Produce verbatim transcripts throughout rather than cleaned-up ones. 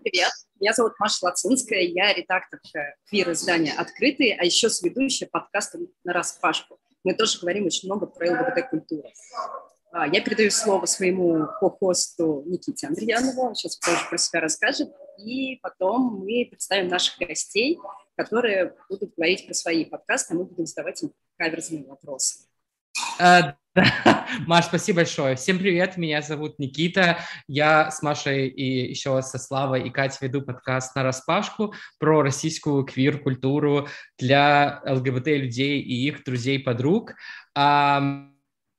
привет. Меня зовут Маша Лацинская, я редактор квир-издания «Открытые», а еще соведущая подкаста «Нараспашку». Мы тоже говорим очень много про ЛГБТ-культуру. Я передаю слово своему ко-хосту Никите Андреянову, он сейчас тоже про себя расскажет, и потом мы представим наших гостей, которые будут говорить про свои подкасты, а мы будем задавать им каверзные вопросы. Uh, да. Маш, спасибо большое. Всем привет, меня зовут Никита. Я с Машей и еще со Славой и Катей веду подкаст «Нараспашку» про российскую квир-культуру для ЛГБТ-людей и их друзей-подруг. Um,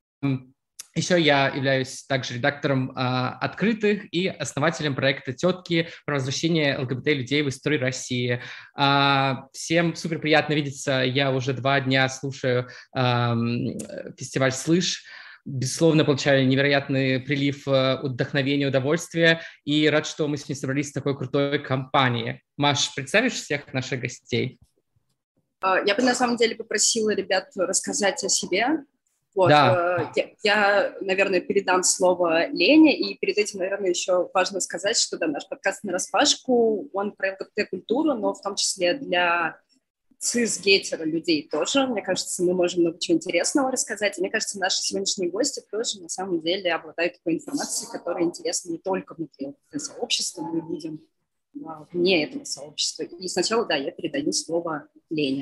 Еще я являюсь также редактором а, «Открытых» и основателем проекта «Тетки» про возвращение ЛГБТ-людей в историю России. А, всем супер приятно видеться. Я уже два дня слушаю а, фестиваль «Слышь». Безусловно, получаю невероятный прилив вдохновения, удовольствия. И рад, что мы сегодня собрались в такой крутой компании. Маш, представишь всех наших гостей? Я бы на самом деле попросила ребят рассказать о себе. Вот, да. я, я, наверное, передам слово Лене, и перед этим, наверное, еще важно сказать, что да, наш подкаст «Нараспашку», он про ЛГБТ-культуру, но в том числе для цис-гетеро людей тоже. Мне кажется, мы можем много чего интересного рассказать, и мне кажется, наши сегодняшние гости тоже на самом деле обладают такой информацией, которая интересна не только внутри ЛГБТ-сообщества, мы видим а, вне этого сообщества. И сначала, да, я передаю слово Лене.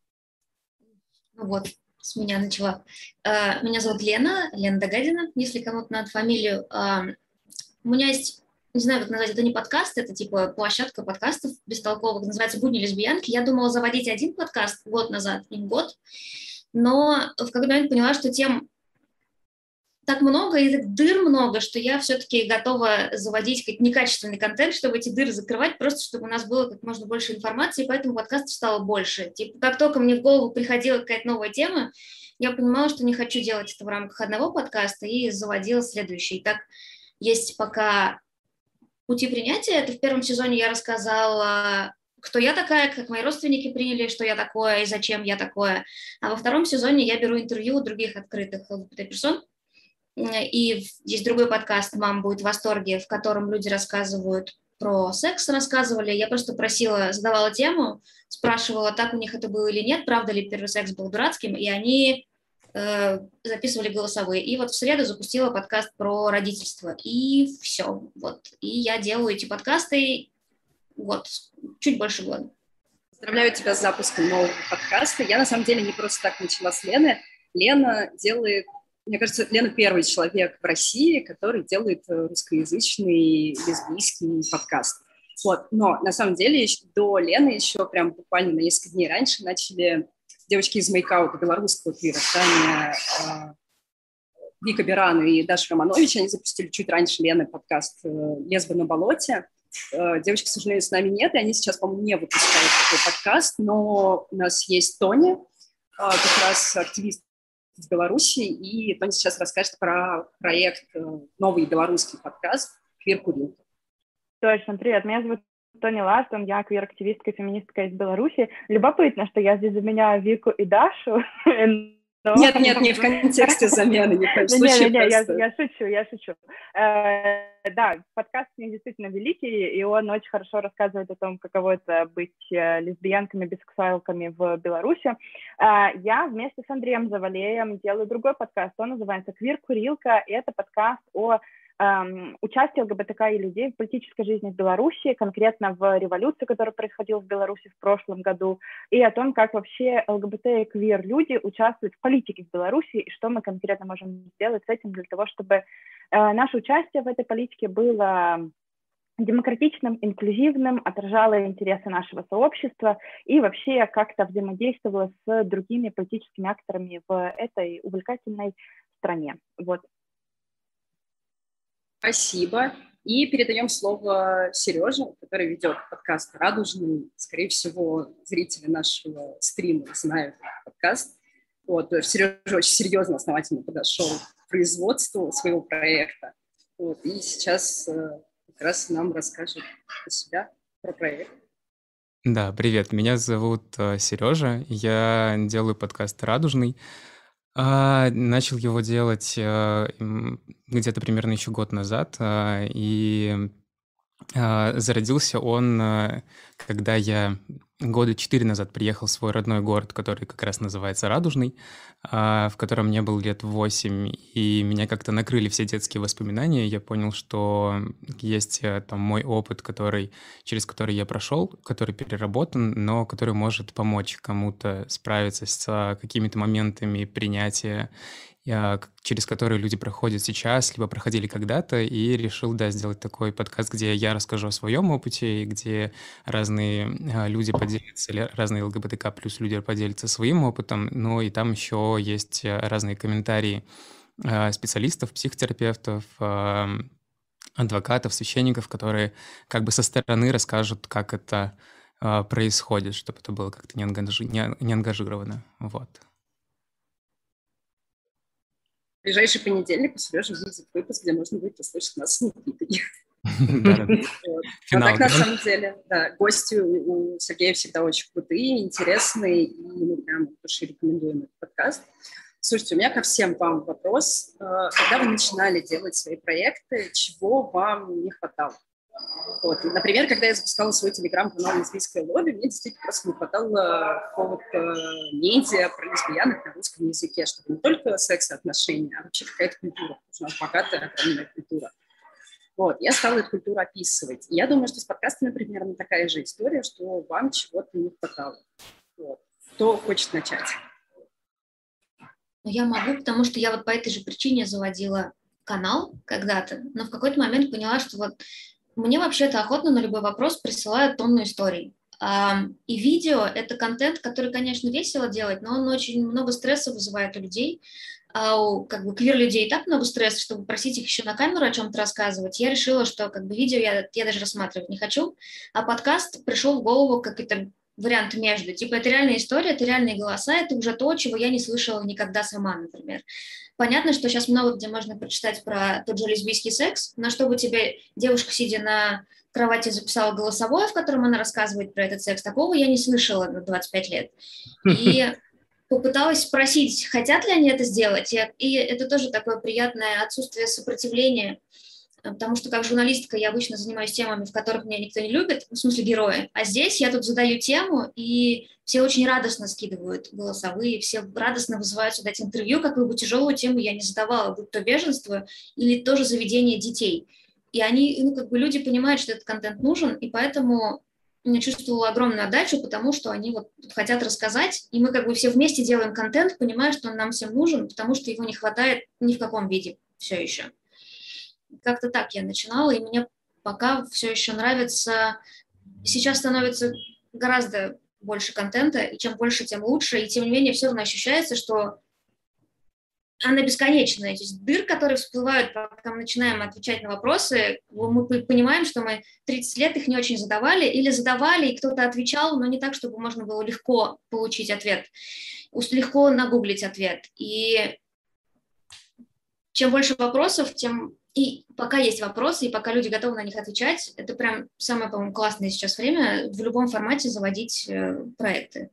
Ну вот. С меня начала. Меня зовут Лена, Лена Догадина, если кому-то надо фамилию. У меня есть, не знаю, как назвать, это не подкаст, это типа площадка подкастов бестолковых, называется «Будни лесбиянки». Я думала заводить один подкаст год назад, не год, но в какой-то момент поняла, что тем так много, и дыр много, что я все-таки готова заводить некачественный контент, чтобы эти дыры закрывать, просто чтобы у нас было как можно больше информации, поэтому подкастов стало больше. Типа, как только мне в голову приходила какая-то новая тема, я понимала, что не хочу делать это в рамках одного подкаста, и заводила следующий. И так есть пока пути принятия. Это в первом сезоне я рассказала, кто я такая, как мои родственники приняли, что я такое и зачем я такое. А во втором сезоне я беру интервью у других открытых ЛГБТ-персон. И есть другой подкаст «Мама будет в восторге», в котором люди рассказывают про секс, рассказывали. Я просто просила, задавала тему, спрашивала, так у них это было или нет, правда ли первый секс был дурацким, и они э, записывали голосовые. И вот в среду запустила подкаст про родительство. И все. Вот. И я делаю эти подкасты вот, чуть больше года. Поздравляю тебя с запуском нового подкаста. Я, на самом деле, не просто так начала с Лены. Лена делает... Мне кажется, Лена первый человек в России, который делает русскоязычный лесбийский подкаст. Вот. Но на самом деле еще до Лены, еще прям буквально на несколько дней раньше начали девочки из мейкаута белорусского квира, Таня, э, Вика Беран и Даша Романович, они запустили чуть раньше Лены подкаст «Лесбы на болоте». Э, девочек, к сожалению, с нами нет, и они сейчас, по-моему, не выпускают такой подкаст, но у нас есть Тоня, э, как раз активист в Беларуси, и Тоня сейчас расскажет про проект, новый белорусский подкаст «Квир-курилка». Точно, привет, меня зовут Тоня Ластон, я квир-активистка и феминистка из Беларуси. Любопытно, что я здесь заменяю Вику и Дашу. Но... Нет, нет, не в контексте замены, ни в коем случае. Нет, нет, я, я шучу, я шучу. Э, да, подкаст у них действительно великий, и он очень хорошо рассказывает о том, каково это быть лесбиянками, бисексуалками в Беларуси. Э, я вместе с Андреем Завалеем делаю другой подкаст, он называется «Квир-курилка», и это подкаст о Um, участие ЛГБТК и людей в политической жизни в Беларуси, конкретно в революции, которая происходила в Беларуси в прошлом году, и о том, как вообще ЛГБТ и квир-люди участвуют в политике в Беларуси, и что мы конкретно можем сделать с этим для того, чтобы uh, наше участие в этой политике было демократичным, инклюзивным, отражало интересы нашего сообщества и вообще как-то взаимодействовало с другими политическими акторами в этой увлекательной стране. Вот. Спасибо. И передаем слово Сереже, который ведет подкаст «Радужный». Скорее всего, зрители нашего стрима знают подкаст. Вот. Сережа очень серьезно, основательно подошел к производству своего проекта. Вот. И сейчас как раз нам расскажет о себе, про проект. Да, привет, меня зовут Сережа, я делаю подкаст «Радужный». А, начал его делать, а, м, где-то примерно еще год назад, а, и А, Зародился он, а, когда я года четыре назад приехал в свой родной город, который как раз называется Радужный, а, в котором мне было лет восемь, и меня как-то накрыли все детские воспоминания. Я понял, что есть э, там мой опыт, который, через который я прошел, который переработан, но который может помочь кому-то справиться с а, какими-то моментами принятия, я к через которые люди проходят сейчас, либо проходили когда-то, и решил, да, сделать такой подкаст, где я расскажу о своем опыте, и где разные а, люди поделятся, или разные ЛГБТК плюс люди поделятся своим опытом, ну и там еще есть а, разные комментарии а, специалистов, психотерапевтов, а, адвокатов, священников, которые как бы со стороны расскажут, как это а, происходит, чтобы это было как-то не, ангажи- не, не ангажировано. Вот. В ближайший понедельник у Сережи выйдет выпуск, где можно будет послушать нас с Никитой. Да-да-да. Вот. Но Финал. так, на самом деле, да, гости у у Сергея всегда очень крутые, интересные, и мы прям от души рекомендуем этот подкаст. Слушайте, у меня ко всем вам вопрос. Э, Когда вы начинали делать свои проекты, чего вам не хватало? Вот. Например, когда я запускала свой телеграм-канал «Лесбийское лобби», мне действительно просто не хватало какого-то медиа про лесбиянок на русском языке, чтобы не только секс и отношения, а вообще какая-то культура. Потому что у нас богатая, огромная культура. Вот. Я стала эту культуру описывать. И я думаю, что с подкастами примерно такая же история, что вам чего-то не хватало. Вот. Кто хочет начать? Но я могу, потому что я вот по этой же причине заводила канал когда-то, но в какой-то момент поняла, что вот мне вообще-то охотно на любой вопрос присылают тонну историй. А, и видео – это контент, который, конечно, весело делать, но он очень много стресса вызывает у людей. А у как бы квир-людей и так много стресса, чтобы просить их еще на камеру о чем-то рассказывать. Я решила, что как бы видео я, я даже рассматривать не хочу, а подкаст пришел в голову как это вариант между. Типа это реальная история, это реальные голоса, это уже то, чего я не слышала никогда сама, например. Понятно, что сейчас много где можно прочитать про тот же лесбийский секс, но чтобы тебе девушка, сидя на кровати, записала голосовое, в котором она рассказывает про этот секс, такого я не слышала на двадцать пять лет. И попыталась спросить, хотят ли они это сделать, и, и это тоже такое приятное отсутствие сопротивления, потому что как журналистка я обычно занимаюсь темами, в которых меня никто не любит, в смысле герои, а здесь я тут задаю тему, и все очень радостно скидывают голосовые, все радостно вызывают сюда интервью, какую бы тяжелую тему я не задавала, будь то беженство или тоже заведение детей. И они, ну, как бы люди понимают, что этот контент нужен, и поэтому я чувствовала огромную отдачу, потому что они вот хотят рассказать, и мы как бы все вместе делаем контент, понимая, что он нам всем нужен, потому что его не хватает ни в каком виде все еще. Как-то так я начинала, и мне пока все еще нравится. Сейчас становится гораздо больше контента, и чем больше, тем лучше, и тем не менее все равно ощущается, что она бесконечная. То есть дыр, которые всплывают, пока мы начинаем отвечать на вопросы, мы понимаем, что мы тридцать лет их не очень задавали, или задавали, и кто-то отвечал, но не так, чтобы можно было легко получить ответ, легко нагуглить ответ. И чем больше вопросов, тем... И пока есть вопросы, и пока люди готовы на них отвечать, это прям самое, по-моему, классное сейчас время в любом формате заводить э, проекты.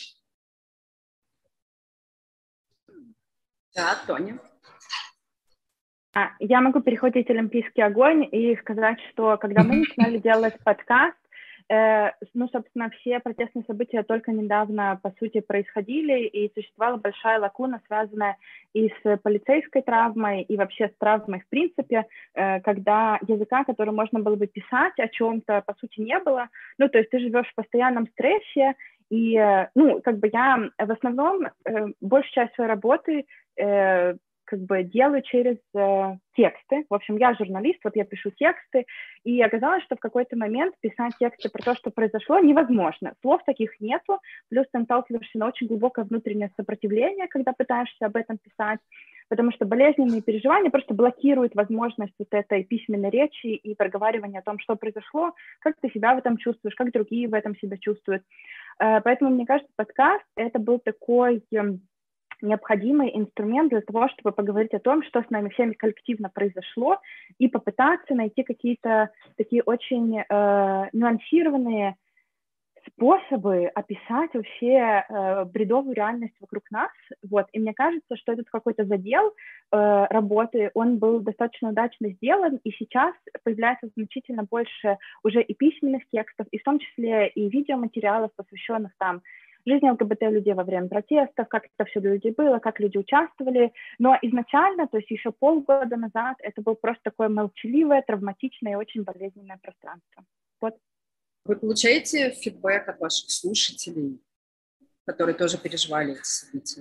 Да, Тоня. А, я могу перехватить «Олимпийский огонь» и сказать, что когда мы начинали делать подкаст, э, ну, собственно, все протестные события только недавно, по сути, происходили, и существовала большая лакуна, связанная и с полицейской травмой, и вообще с травмой в принципе, э, когда языка, который можно было бы писать о чем-то, по сути, не было. Ну, то есть ты живешь в постоянном стрессе, и, э, ну, как бы я в основном э, большую часть своей работы э, как бы делаю через э, тексты. В общем, я журналист, вот я пишу тексты, и оказалось, что в какой-то момент писать тексты про то, что произошло, невозможно. Слов таких нету, плюс ты наталкиваешься на очень глубокое внутреннее сопротивление, когда пытаешься об этом писать, потому что болезненные переживания просто блокируют возможность вот этой письменной речи и проговаривания о том, что произошло, как ты себя в этом чувствуешь, как другие в этом себя чувствуют. Э, поэтому, мне кажется, подкаст — это был такой... необходимый инструмент для того, чтобы поговорить о том, что с нами всеми коллективно произошло, и попытаться найти какие-то такие очень э, нюансированные способы описать вообще э, бредовую реальность вокруг нас, вот, и мне кажется, что этот какой-то задел э, работы, он был достаточно удачно сделан, и сейчас появляется значительно больше уже и письменных текстов, и в том числе и видеоматериалов, посвященных там жизни ЛГБТ-людей во время протестов, как это все для людей было, как люди участвовали, но изначально, то есть еще полгода назад, это было просто такое молчаливое, травматичное и очень болезненное пространство. Вот. Вы получаете фидбэк от ваших слушателей, которые тоже переживали эти события?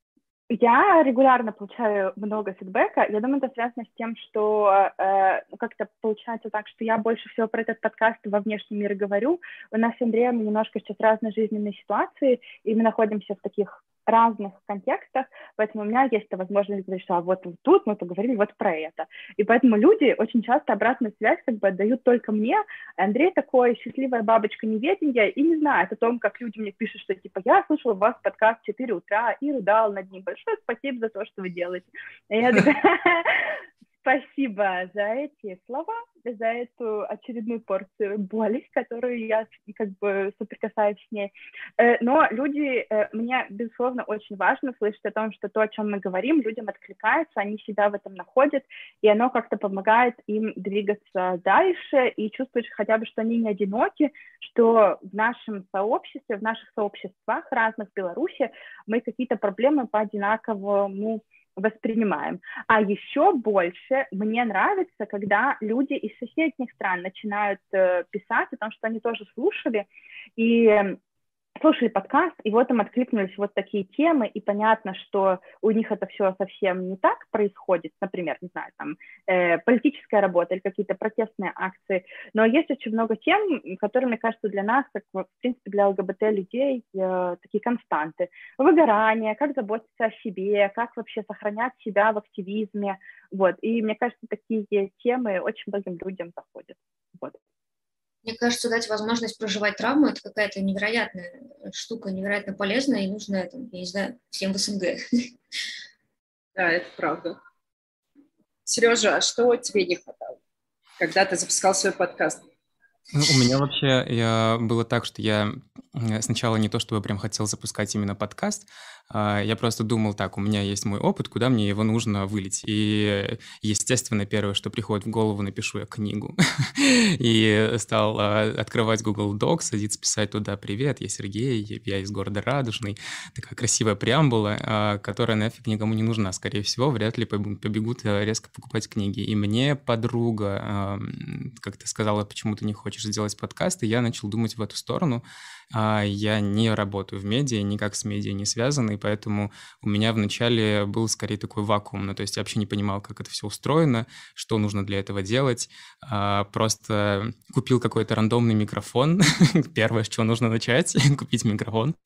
Я регулярно получаю много фидбэка. Я думаю, это связано с тем, что э, как-то получается так, что я больше всего про этот подкаст во внешний мир говорю. У нас с Андреем немножко сейчас разные жизненные ситуации, и мы находимся в таких разных контекстах, поэтому у меня есть возможность говорить, что а вот тут мы поговорили вот про это. И поэтому люди очень часто обратную связь как бы отдают только мне. Андрей такой счастливая бабочка неведения и не знает о том, как люди мне пишут, что типа я слушала у вас подкаст в четыре утра и рыдал над ним. Большое спасибо за то, что вы делаете. И я такая... Спасибо за эти слова, за эту очередную порцию боли, которую я как бы соприкасаюсь с ней. Но люди, мне, безусловно, очень важно слышать о том, что то, о чем мы говорим, людям откликается, они себя в этом находят, и оно как-то помогает им двигаться дальше и чувствовать хотя бы, что они не одиноки, что в нашем сообществе, в наших сообществах разных в Беларуси мы какие-то проблемы по одинаковому воспринимаем. А еще больше мне нравится, когда люди из соседних стран начинают э, писать о том, что они тоже слушали, и э, слушали подкаст, и вот им откликнулись вот такие темы, и понятно, что у них это все совсем не так происходит, например, не знаю, там, э, политическая работа или какие-то протестные акции, но есть очень много тем, которые, мне кажется, для нас, как, в принципе, для ЛГБТ-людей, э, такие константы. Выгорание, как заботиться о себе, как вообще сохранять себя в активизме, вот, и мне кажется, такие темы очень многим людям заходят, вот. Мне кажется, дать возможность проживать травму – это какая-то невероятная штука, невероятно полезная и нужная, там, я не знаю, всем в СНГ. Да, это правда. Сережа, а что тебе не хватало, когда ты запускал свой подкаст? Ну, у меня вообще я, было так, что я сначала не то чтобы прям хотел запускать именно подкаст, а я просто думал так, у меня есть мой опыт, куда мне его нужно вылить. И, естественно, первое, что приходит в голову, напишу я книгу. И стал открывать Google Docs, садиться писать туда «Привет, я Сергей, я из города Радужный». Такая красивая преамбула, которая нафиг никому не нужна. Скорее всего, вряд ли побегут резко покупать книги. И мне подруга как-то сказала, почему ты не хочешь сделать подкаст, и я начал думать в эту сторону. Я не работаю в медиа, никак с медиа не связан, и поэтому у меня вначале был скорее такой вакуум, ну, то есть я вообще не понимал, как это все устроено, что нужно для этого делать, просто купил какой-то рандомный микрофон, первое, с чего нужно начать, купить микрофон,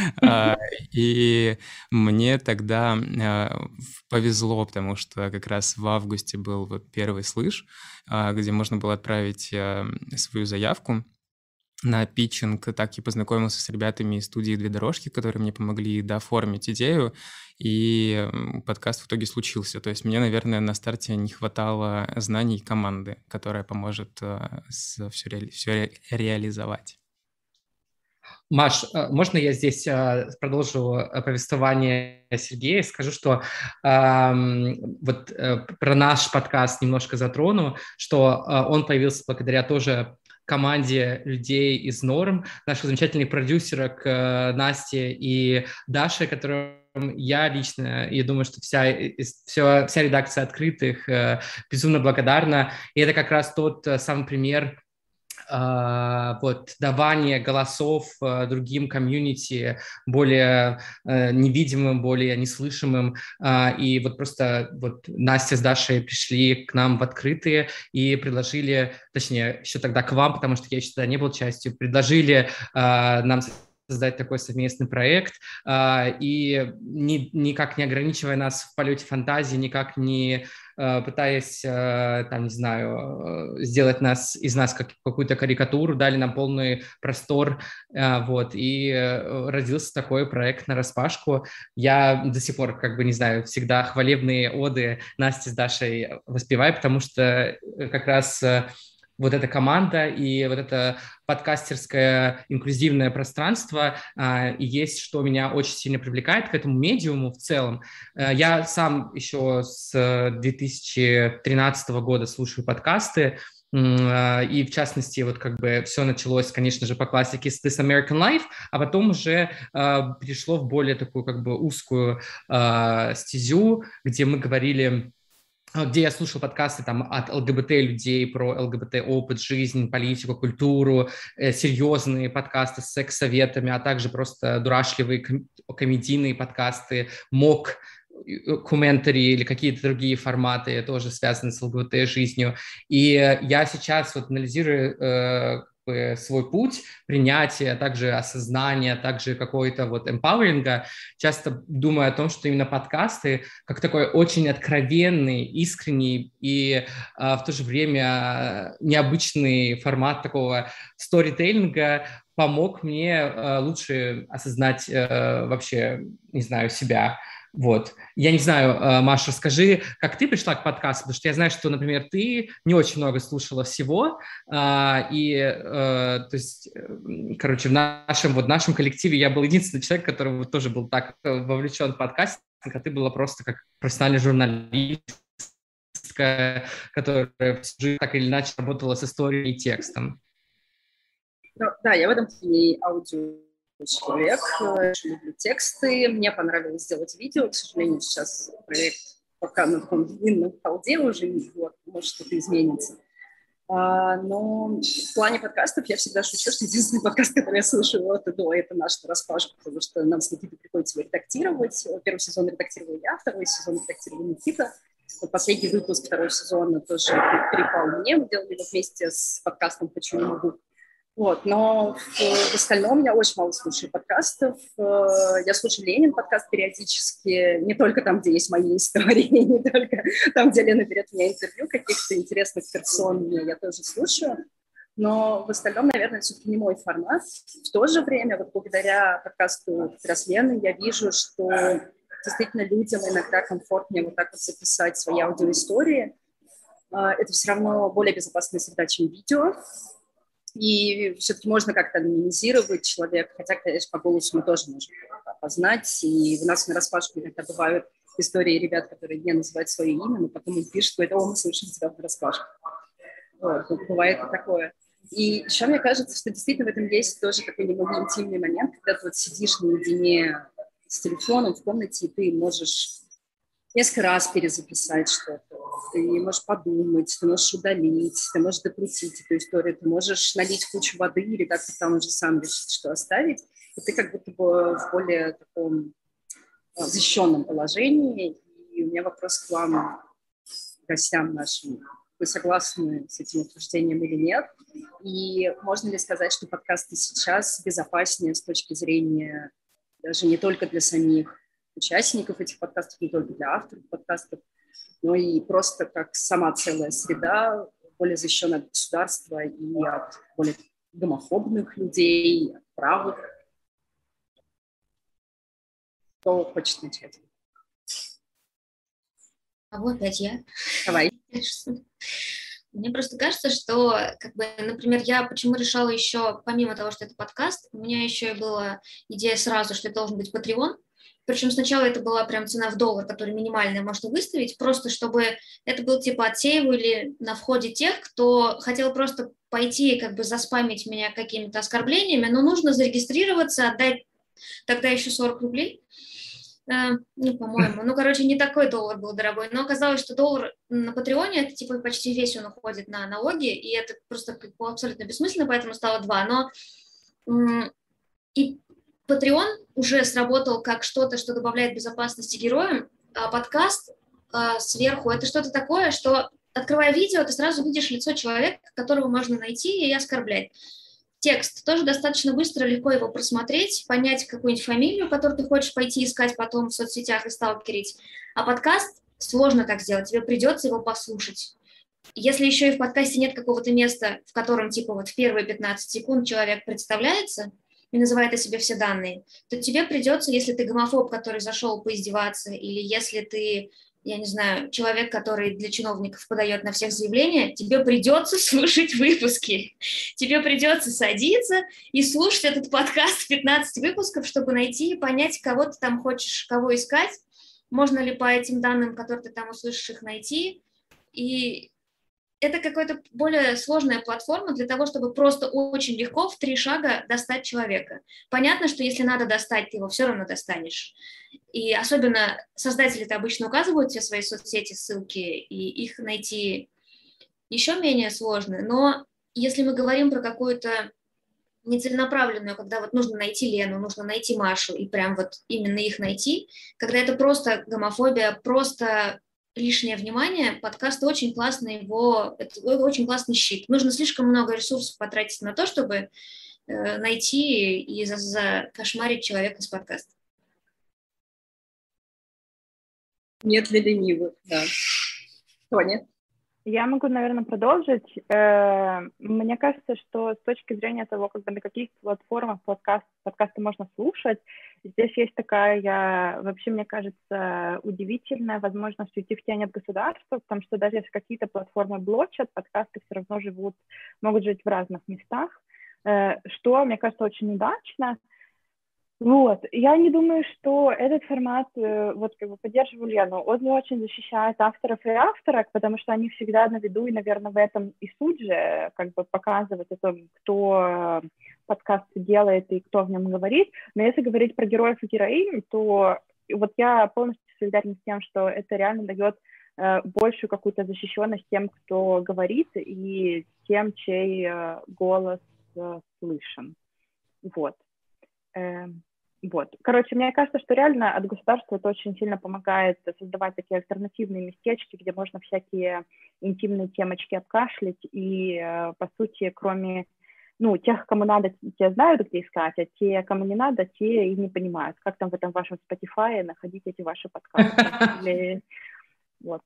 и мне тогда повезло, потому что как раз в августе был вот первый слыш, где можно было отправить свою заявку на питчинг, так и познакомился с ребятами из студии «Две дорожки», которые мне помогли дооформить идею, и подкаст в итоге случился. То есть мне, наверное, на старте не хватало знаний команды, которая поможет все, ре... все ре... реализовать. Маш, можно я здесь продолжу повествование Сергея? Скажу, что э, вот э, про наш подкаст немножко затрону, что э, он появился благодаря тоже команде людей из Норм, наших замечательных продюсерок э, Насте и Даше, которым я лично, я думаю, что вся, вся, вся редакция «Открытых» э, безумно благодарна. И это как раз тот э, самый пример Uh, вот, давание голосов uh, другим комьюнити, более uh, невидимым, более неслышимым. Uh, и вот просто вот Настя с Дашей пришли к нам в «Открытые» и предложили, точнее, еще тогда к вам, потому что я еще тогда не был частью, предложили uh, нам создать такой совместный проект, uh, и ни, никак не ограничивая нас в полете фантазии, никак не пытаясь, там, не знаю, сделать нас, из нас как, какую-то карикатуру, дали нам полный простор, вот, и родился такой проект нараспашку. Я до сих пор, как бы, не знаю, всегда хвалебные оды Насти с Дашей воспеваю, потому что как раз вот эта команда и вот это подкастерское инклюзивное пространство а, и есть, что меня очень сильно привлекает к этому медиуму в целом. А, я сам еще с две тысячи тринадцатого года слушаю подкасты, и в частности, вот как бы все началось, конечно же, по классике с This American Life, а потом уже э, перешло в более такую как бы узкую э, стезю, где мы говорили, где я слушал подкасты там от ЛГБТ-людей про ЛГБТ-опыт, жизнь, политику, культуру, э, серьезные подкасты с секс-советами, а также просто дурашливые ком- комедийные подкасты, мок, комментарии или какие-то другие форматы, тоже связанные с ЛГБТ-жизнью. И я сейчас вот анализирую э, свой путь принятия, также осознания, также какой-то вот эмпауэринга, часто думаю о том, что именно подкасты, как такой очень откровенный, искренний и э, в то же время необычный формат такого сторителлинга помог мне э, лучше осознать э, вообще, не знаю, себя. Вот. Я не знаю, Маша, расскажи, как ты пришла к подкасту, потому что я знаю, что, например, ты не очень много слушала всего, и, то есть, короче, в нашем, вот, нашем коллективе я был единственный человек, который тоже был так вовлечен в подкастинг, а ты была просто как профессиональный журналист, которая всю жизнь так или иначе работала с историей и текстом. Да, я в этом и аудио человек, очень люблю тексты, мне понравилось сделать видео, к сожалению, сейчас проект пока на таком длинном холде уже, вот, может что-то изменится. А, но в плане подкастов я всегда шучу, что единственный подкаст, который я слушаю от и до, это наш «Распашка», потому что нам с Никитой приходится его редактировать. Первый сезон редактировал я, второй сезон редактировал Никита. Вот последний выпуск второго сезона тоже припал мне, мы делали его вместе с подкастом «Хочу, не могу». Вот, но в, в остальном я очень мало слушаю подкастов. Я слушаю Ленин подкаст периодически, не только там, где есть мои истории, не только там, где Лена берет у меня интервью каких-то интересных персон, я тоже слушаю. Но в остальном, наверное, все-таки не мой формат. В то же время, вот благодаря подкасту как раз Лены, я вижу, что действительно людям иногда комфортнее вот так вот записать свои аудиоистории. Это все равно более безопасная среда, чем видео. И все-таки можно как-то анонимизировать человека, хотя, конечно, по голосу мы тоже можем опознать. И у нас на распашку иногда бывают истории ребят, которые не называют свое имя, но потом им пишут, что это «О, мы слышим тебя в распашку». Вот, бывает и такое. И еще мне кажется, что действительно в этом есть тоже такой немного интимный момент, когда ты вот сидишь наедине с телефоном в комнате, и ты можешь несколько раз перезаписать что-то. Ты можешь подумать, ты можешь удалить, ты можешь докрутить эту историю, ты можешь налить кучу воды, или как-то там уже сам решить, что оставить. И ты как будто бы в более таком защищенном положении. И у меня вопрос к вам, гостям нашим. Вы согласны с этим утверждением или нет? И можно ли сказать, что подкасты сейчас безопаснее с точки зрения даже не только для самих участников этих подкастов, не только для авторов подкастов, но и просто как сама целая среда, более защищенная от государства и от более гомофобных людей, от правых? Кто хочет начать? А вот опять я. Давай. Мне просто кажется, что, как бы, например, я почему решала еще, помимо того, что это подкаст, у меня еще и была идея сразу, что это должен быть Patreon. Причем сначала это была прям цена в доллар, которую минимальная можно выставить, просто чтобы это был типа отсеивали на входе тех, кто хотел просто пойти и как бы заспамить меня какими-то оскорблениями, но нужно зарегистрироваться, отдать тогда еще сорок рублей. Ну, по-моему. Ну, короче, не такой доллар был дорогой, но оказалось, что доллар на Патреоне, это типа почти весь он уходит на налоги, и это просто как бы абсолютно бессмысленно, поэтому стало два. Но и Patreon уже сработал как что-то, что добавляет безопасности героям, а подкаст а, сверху – это что-то такое, что, открывая видео, ты сразу видишь лицо человека, которого можно найти и оскорблять. Текст тоже достаточно быстро, легко его просмотреть, понять какую-нибудь фамилию, которую ты хочешь пойти искать потом в соцсетях и сталкерить. А подкаст сложно так сделать, тебе придется его послушать. Если еще и в подкасте нет какого-то места, в котором типа вот в первые пятнадцать секунд человек представляется и называет о себе все данные, то тебе придется, если ты гомофоб, который зашел поиздеваться, или если ты, я не знаю, человек, который для чиновников подает на всех заявления, тебе придется слушать выпуски. Тебе придется садиться и слушать этот подкаст пятнадцать выпусков, чтобы найти и понять, кого ты там хочешь, кого искать. Можно ли по этим данным, которые ты там услышишь, их найти. И это какая-то более сложная платформа для того, чтобы просто очень легко в три шага достать человека. Понятно, что если надо достать, ты его все равно достанешь. И особенно создатели-то обычно указывают все свои соцсети, ссылки, и их найти еще менее сложно. Но если мы говорим про какую-то нецеленаправленную, когда вот нужно найти Лену, нужно найти Машу, и прям вот именно их найти, когда это просто гомофобия, просто лишнее внимание, подкаст очень классный, его, это очень классный щит. Нужно слишком много ресурсов потратить на то, чтобы э, найти и закошмарить человека с подкаста. Нет для ленивых, да. Тоня? Я могу, наверное, продолжить. Мне кажется, что с точки зрения того, когда на каких платформах подкаст, подкасты можно слушать, здесь есть такая, вообще, мне кажется, удивительная возможность уйти в тень от государства, потому что даже если какие-то платформы блочат, подкасты все равно живут, могут жить в разных местах, что, мне кажется, очень удачно. Вот, я не думаю, что этот формат, вот как бы поддерживаю Лену, он не очень защищает авторов и авторок, потому что они всегда на виду, и, наверное, в этом и суть же, как бы показывать о том, кто подкаст делает и кто в нем говорит. Но если говорить про героев и героинь, то вот я полностью солидарна с тем, что это реально дает э, большую какую-то защищенность тем, кто говорит, и тем, чей э, голос э, слышен. Вот. Вот. Короче, мне кажется, что реально от государства это очень сильно помогает создавать такие альтернативные местечки, где можно всякие интимные темочки обкашлять, и, по сути, кроме, ну, тех, кому надо, те знают, где искать, а те, кому не надо, те и не понимают, как там в этом вашем Spotify находить эти ваши подкасты. Вот.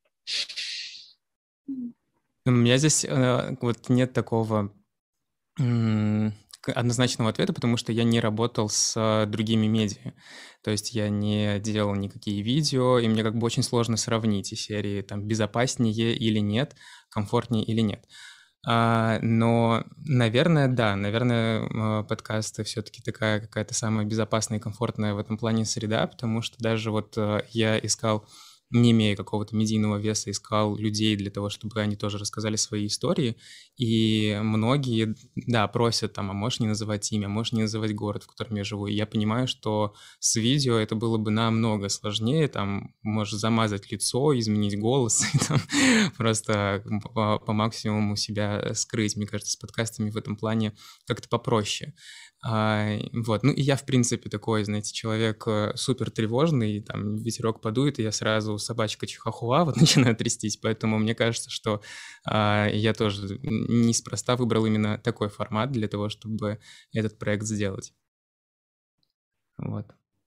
У меня здесь вот нет такого однозначного ответа, потому что я не работал с другими медиа. То есть я не делал никакие видео, и мне как бы очень сложно сравнить из серии там безопаснее или нет, комфортнее или нет. А, но, наверное, да, наверное, подкасты все-таки такая какая-то самая безопасная и комфортная в этом плане среда, потому что даже вот я искал, не имея какого-то медийного веса, искал людей для того, чтобы они тоже рассказали свои истории, и многие, да, просят там, а можешь не называть имя, можешь не называть город, в котором я живу, и я понимаю, что с видео это было бы намного сложнее, там, можешь замазать лицо, изменить голос, и там просто по, по максимуму себя скрыть. Мне кажется, с подкастами в этом плане как-то попроще. А, вот, ну и я, в принципе, такой, знаете, человек супер тревожный, там, ветерок подует, и я сразу собачка чихуахуа вот начинаю трястись, поэтому мне кажется, что а, я тоже неспроста выбрал именно такой формат для того, чтобы этот проект сделать. Вот.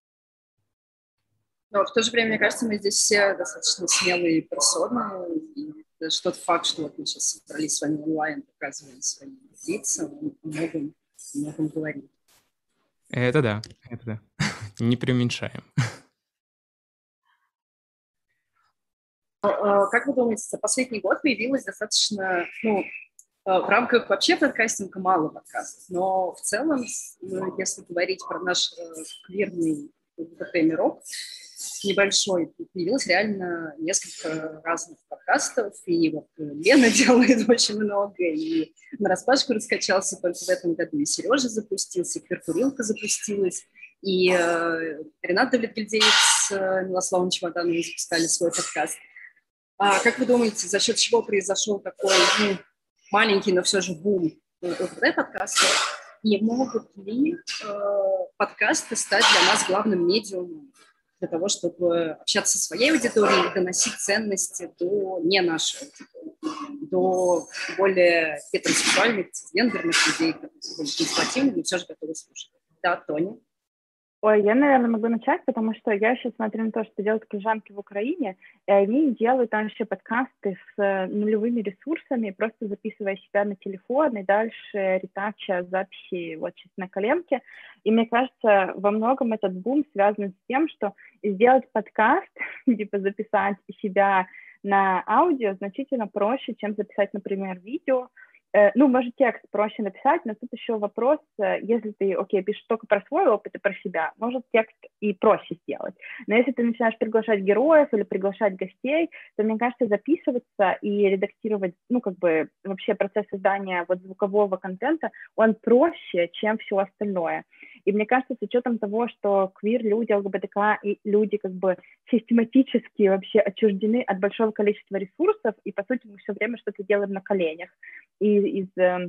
Но в то же время, мне кажется, мы здесь все достаточно смелые персоны, и даже тот факт, что вот мы сейчас собрались с вами онлайн, показываем свои лица, он многим многим говорит. Это да, это да. Не преуменьшаем. Как вы думаете, за последний год появилось достаточно, ну, в рамках вообще подкастинга мало подкастов, но в целом, если говорить про наш квирный ЛГБТ-мирок небольшой, появилось реально несколько разных подкастов, и вот Лена делает очень много, и нараспашку раскачался только в этом году, и Сережа запустился, и Квиркурилка запустилась, и э, Ренат Давлетгильдеев с э, Милославом Чемодановым запускали свой подкаст. А как вы думаете, за счет чего произошел такой ну, маленький, но все же бум ЛГБТ-подкастов? И могут ли э, подкасты стать для нас главным медиумом для того, чтобы общаться со своей аудиторией и доносить ценности до не нашей аудитории, до более гетеросексуальных, гендерных людей, которые более консервативны, но все же готовы слушать? Да, Тоня? Ой, я, наверное, могу начать, потому что я сейчас смотрю на то, что делают коллежанки в Украине, и они делают там еще подкасты с э, нулевыми ресурсами, просто записывая себя на телефон и дальше ретача записи вот сейчас на коленке. И мне кажется, во многом этот бум связан с тем, что сделать подкаст, типа записать себя на аудио значительно проще, чем записать, например, видео. Ну, может, текст проще написать, но тут еще вопрос, если ты, окей, пишешь только про свой опыт и про себя, может, текст и проще сделать. Но если ты начинаешь приглашать героев или приглашать гостей, то, мне кажется, записываться и редактировать, ну, как бы, вообще процесс создания вот звукового контента, он проще, чем все остальное. И мне кажется, с учетом того, что квир-люди, ЛГБТК и люди как бы систематически вообще отчуждены от большого количества ресурсов, и, по сути, мы все время что-то делаем на коленях. И из, э,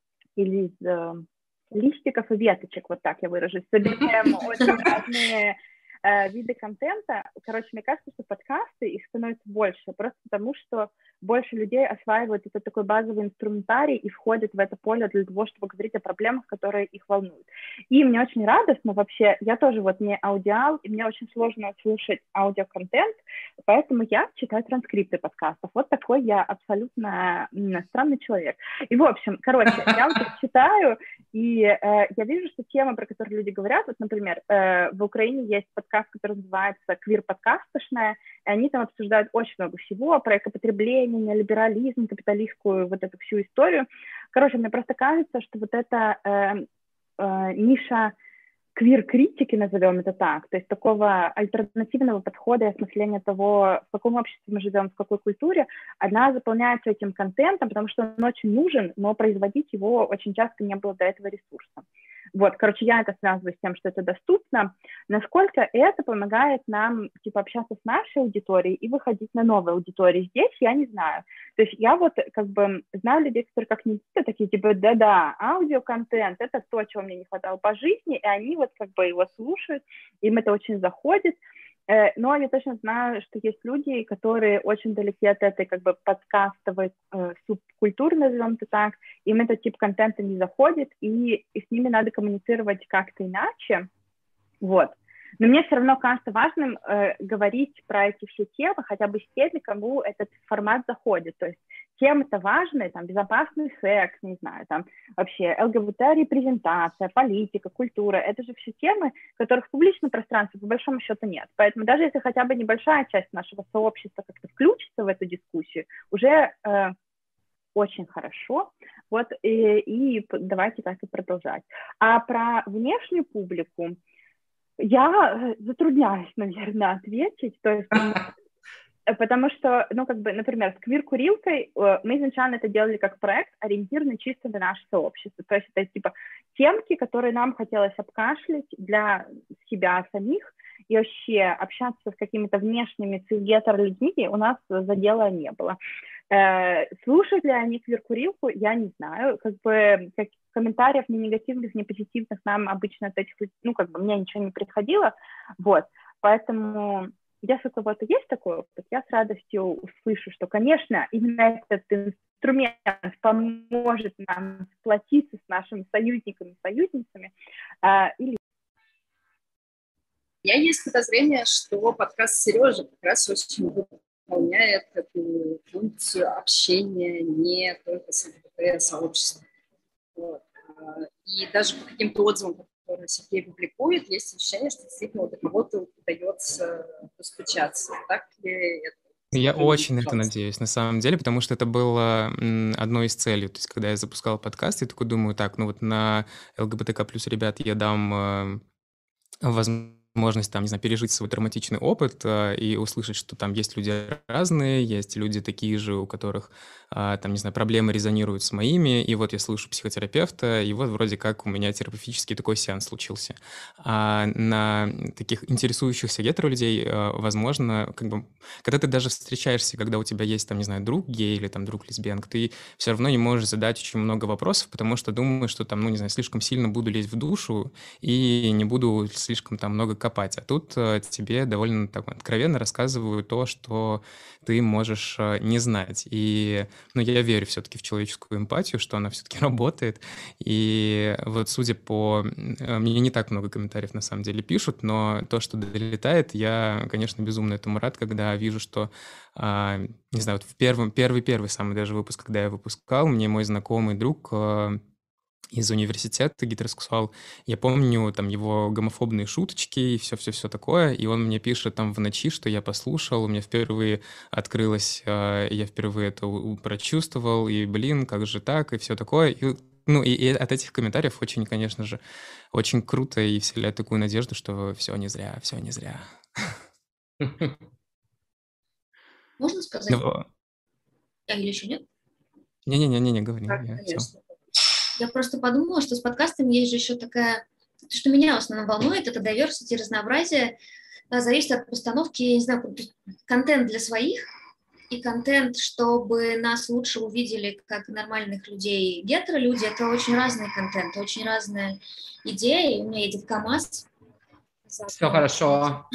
или из э, листиков и веточек, вот так я выражусь, собираем очень разные э, виды контента. Короче, мне кажется, что подкасты, их становится больше, просто потому что больше людей осваивают этот такой базовый инструментарий и входят в это поле для того, чтобы говорить о проблемах, которые их волнуют. И мне очень радостно вообще, я тоже вот не аудиал, и мне очень сложно слушать аудиоконтент, поэтому я читаю транскрипты подкастов. Вот такой я абсолютно м, странный человек. И, в общем, короче, я вот их читаю, и э, я вижу, что темы, про которые люди говорят, вот, например, э, в Украине есть подкаст, который называется «Квир-подкастошная», и они там обсуждают очень много всего про экопотребление, неолиберализм, капиталистскую вот эту всю историю. Короче, мне просто кажется, что вот эта э, э, ниша квир-критики, назовем это так, то есть такого альтернативного подхода и осмысления того, в каком обществе мы живем, в какой культуре, она заполняется этим контентом, потому что он очень нужен, но производить его очень часто не было до этого ресурса. Вот, короче, я это связываю с тем, что это доступно. Насколько это помогает нам, типа, общаться с нашей аудиторией и выходить на новые аудитории здесь, я не знаю. То есть я вот, как бы, знаю людей, которые как Никита, такие, типа, да-да, аудиоконтент, это то, чего мне не хватало по жизни, и они вот, как бы, его слушают, им это очень заходит. Но я точно знаю, что есть люди, которые очень далеки от этой как бы подкастовой э, субкультуры, назовем это так, им этот тип контента не заходит, и, и с ними надо коммуницировать как-то иначе, вот. Но мне все равно кажется важным э, говорить про эти все темы, хотя бы с теми, кому этот формат заходит, то есть темы-то важные, там, безопасный секс, не знаю, там, вообще ЛГБТ-репрезентация, политика, культура, это же все темы, которых в публичном пространстве по большому счету нет. Поэтому даже если хотя бы небольшая часть нашего сообщества как-то включится в эту дискуссию, уже э, очень хорошо. Вот, и, и давайте так и продолжать. А про внешнюю публику я затрудняюсь, наверное, ответить, то есть... Потому что, ну, как бы, например, с квир-курилкой мы изначально это делали как проект, ориентированный чисто на наше сообщество. То есть это, типа, темки, которые нам хотелось обкашлять для себя самих, и вообще общаться с какими-то внешними цисгетер-людьми у нас задела не было. Э, слушают ли они квир-курилку, я не знаю. Как бы как, комментариев ни негативных, ни позитивных нам обычно от этих, ну, как бы, мне ничего не приходило. Вот, поэтому... Если у кого-то есть такой опыт, я с радостью услышу, что, конечно, именно этот инструмент поможет нам сплотиться с нашими союзниками и союзницами. А, или... У меня есть подозрение, что подкаст Сережи как раз очень выполняет эту функцию общения не только с ЛГБТ-сообществом. Вот. И даже по каким-то отзывам, который Сергей публикует, есть ощущение, что действительно вот, кого-то удается постучаться. Так ли это? Я очень на это надеюсь, на самом деле, потому что это было одной из целей. То есть, когда я запускал подкаст, я такой думаю, так, ну вот на ЛГБТК плюс ребят я дам возможность возможность, там, не знаю, пережить свой травматичный опыт э, и услышать, что там есть люди разные, есть люди такие же, у которых, э, там, не знаю, проблемы резонируют с моими, и вот я слышу психотерапевта, и вот вроде как у меня терапевтический такой сеанс случился. А на таких интересующихся гетеро-людей, э, возможно, как бы, когда ты даже встречаешься, когда у тебя есть, там, не знаю, друг гей или там друг лесбиянка, ты все равно не можешь задать очень много вопросов, потому что думаешь, что там, ну, не знаю, слишком сильно буду лезть в душу и не буду слишком там много копать. А тут э, тебе довольно так откровенно рассказывают то, что ты можешь э, не знать. И ну, я верю все-таки в человеческую эмпатию, что она все-таки работает. И вот судя по... э, Мне не так много комментариев на самом деле пишут, но то, что долетает, я, конечно, безумно этому рад, когда вижу, что, а, не знаю, вот в первом, первый-первый самый даже выпуск, когда я выпускал, мне мой знакомый друг э, из университета, гетеросексуал, я помню там его гомофобные шуточки и все-все-все такое, и он мне пишет там в ночи, что я послушал, у меня впервые открылось, э, я впервые это у- у- прочувствовал, и, блин, как же так, и все такое. И, ну, и, и от этих комментариев очень, конечно же, очень круто и вселяет такую надежду, что все не зря, все не зря. Можно сказать? Ну, А, или еще нет? Не-не-не, говори, Так, я всё. конечно. Я просто подумала, что с подкастами есть же еще такая... То, что меня в основном волнует, это diversity, разнообразие. А, Зависит от постановки, я не знаю, контент для своих и контент, чтобы нас лучше увидели как нормальных людей. Гетеро-люди — это очень разный контент, очень разная идея. И у меня едет КамАЗ. Все хорошо.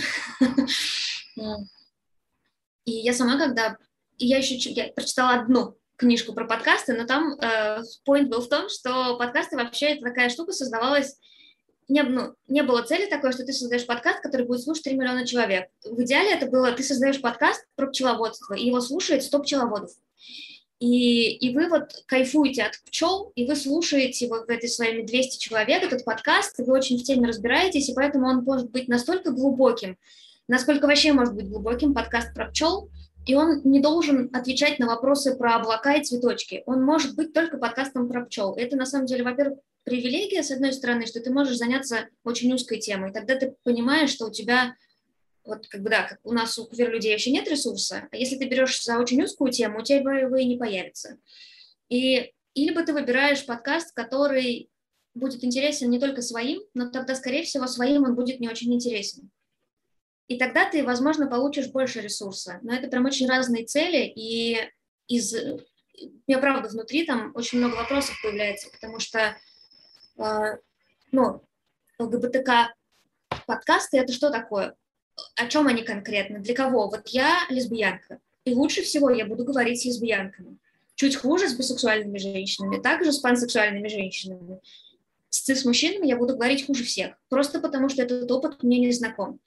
И я сама, когда... И я еще чё- я прочитала одну книжку про подкасты, но там э, point был в том, что подкасты вообще, это такая штука создавалась... Не, ну, не было цели такой, что ты создаешь подкаст, который будет слушать три миллиона человек. В идеале это было, ты создаешь подкаст про пчеловодство, и его слушает сто пчеловодов. И, и вы вот кайфуете от пчел, и вы слушаете вот в этой своими двести человек этот подкаст, и вы очень в теме разбираетесь, и поэтому он может быть настолько глубоким, насколько вообще может быть глубоким подкаст про пчел, и он не должен отвечать на вопросы про облака и цветочки. Он может быть только подкастом про пчел. Это на самом деле, во-первых, привилегия, с одной стороны, что ты можешь заняться очень узкой темой. Тогда ты понимаешь, что у тебя, вот как бы да, как у нас у квир-людей вообще нет ресурса, а если ты берешь за очень узкую тему, у тебя его и не появится. И или бы ты выбираешь подкаст, который будет интересен не только своим, но тогда, скорее всего, своим он будет не очень интересен. И тогда ты, возможно, получишь больше ресурса. Но это прям очень разные цели, и из... у меня, правда, внутри там очень много вопросов появляется, потому что э, ну, ЛГБТК-подкасты — это что такое? О чем они конкретно? Для кого? Вот я лесбиянка, и лучше всего я буду говорить с лесбиянками. Чуть хуже с бисексуальными женщинами, также с пансексуальными женщинами. С цис-мужчинами я буду говорить хуже всех, просто потому что этот опыт мне не знаком.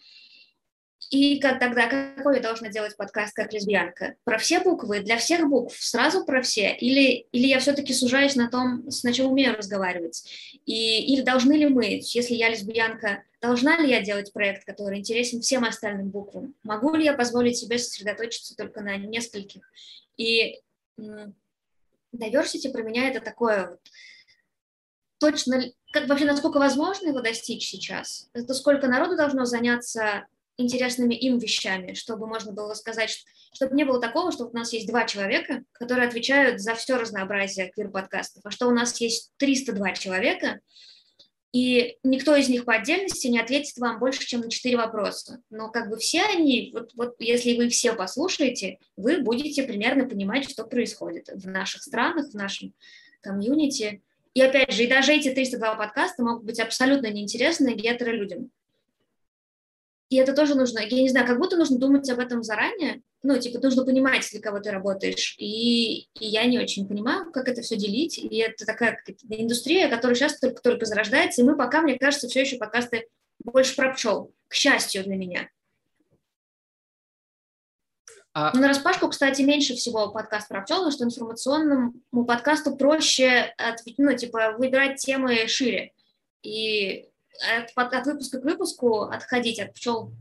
И как тогда, какой я должна делать подкаст как лесбиянка? Про все буквы, для всех букв, сразу про все? Или, или я все-таки сужаюсь на том, на чем умею разговаривать? И, или должны ли мы, если я лесбиянка, должна ли я делать проект, который интересен всем остальным буквам? Могу ли я позволить себе сосредоточиться только на нескольких? И м, diversity про меня это такое вот, точно, как вообще насколько возможно его достичь сейчас? Это сколько народу должно заняться интересными им вещами, чтобы можно было сказать, чтобы не было такого, что у нас есть два человека, которые отвечают за все разнообразие квир-подкастов, а что у нас есть триста два человека, и никто из них по отдельности не ответит вам больше, чем на четыре вопроса. Но как бы все они, вот, вот если вы все послушаете, вы будете примерно понимать, что происходит в наших странах, в нашем комьюнити. И опять же, и даже эти триста два подкаста могут быть абсолютно неинтересны гетеро-людям. И это тоже нужно, я не знаю, как будто нужно думать об этом заранее, ну, типа, нужно понимать, для кого ты работаешь, и, и я не очень понимаю, как это все делить, и это такая индустрия, которая сейчас только-только зарождается, и мы пока, мне кажется, все еще подкасты больше про пчел, к счастью для меня. А... Но на распашку, кстати, меньше всего подкаст про пчел, потому что информационному подкасту проще, от, ну, типа, выбирать темы шире, и... От, от выпуска к выпуску отходить от пчел.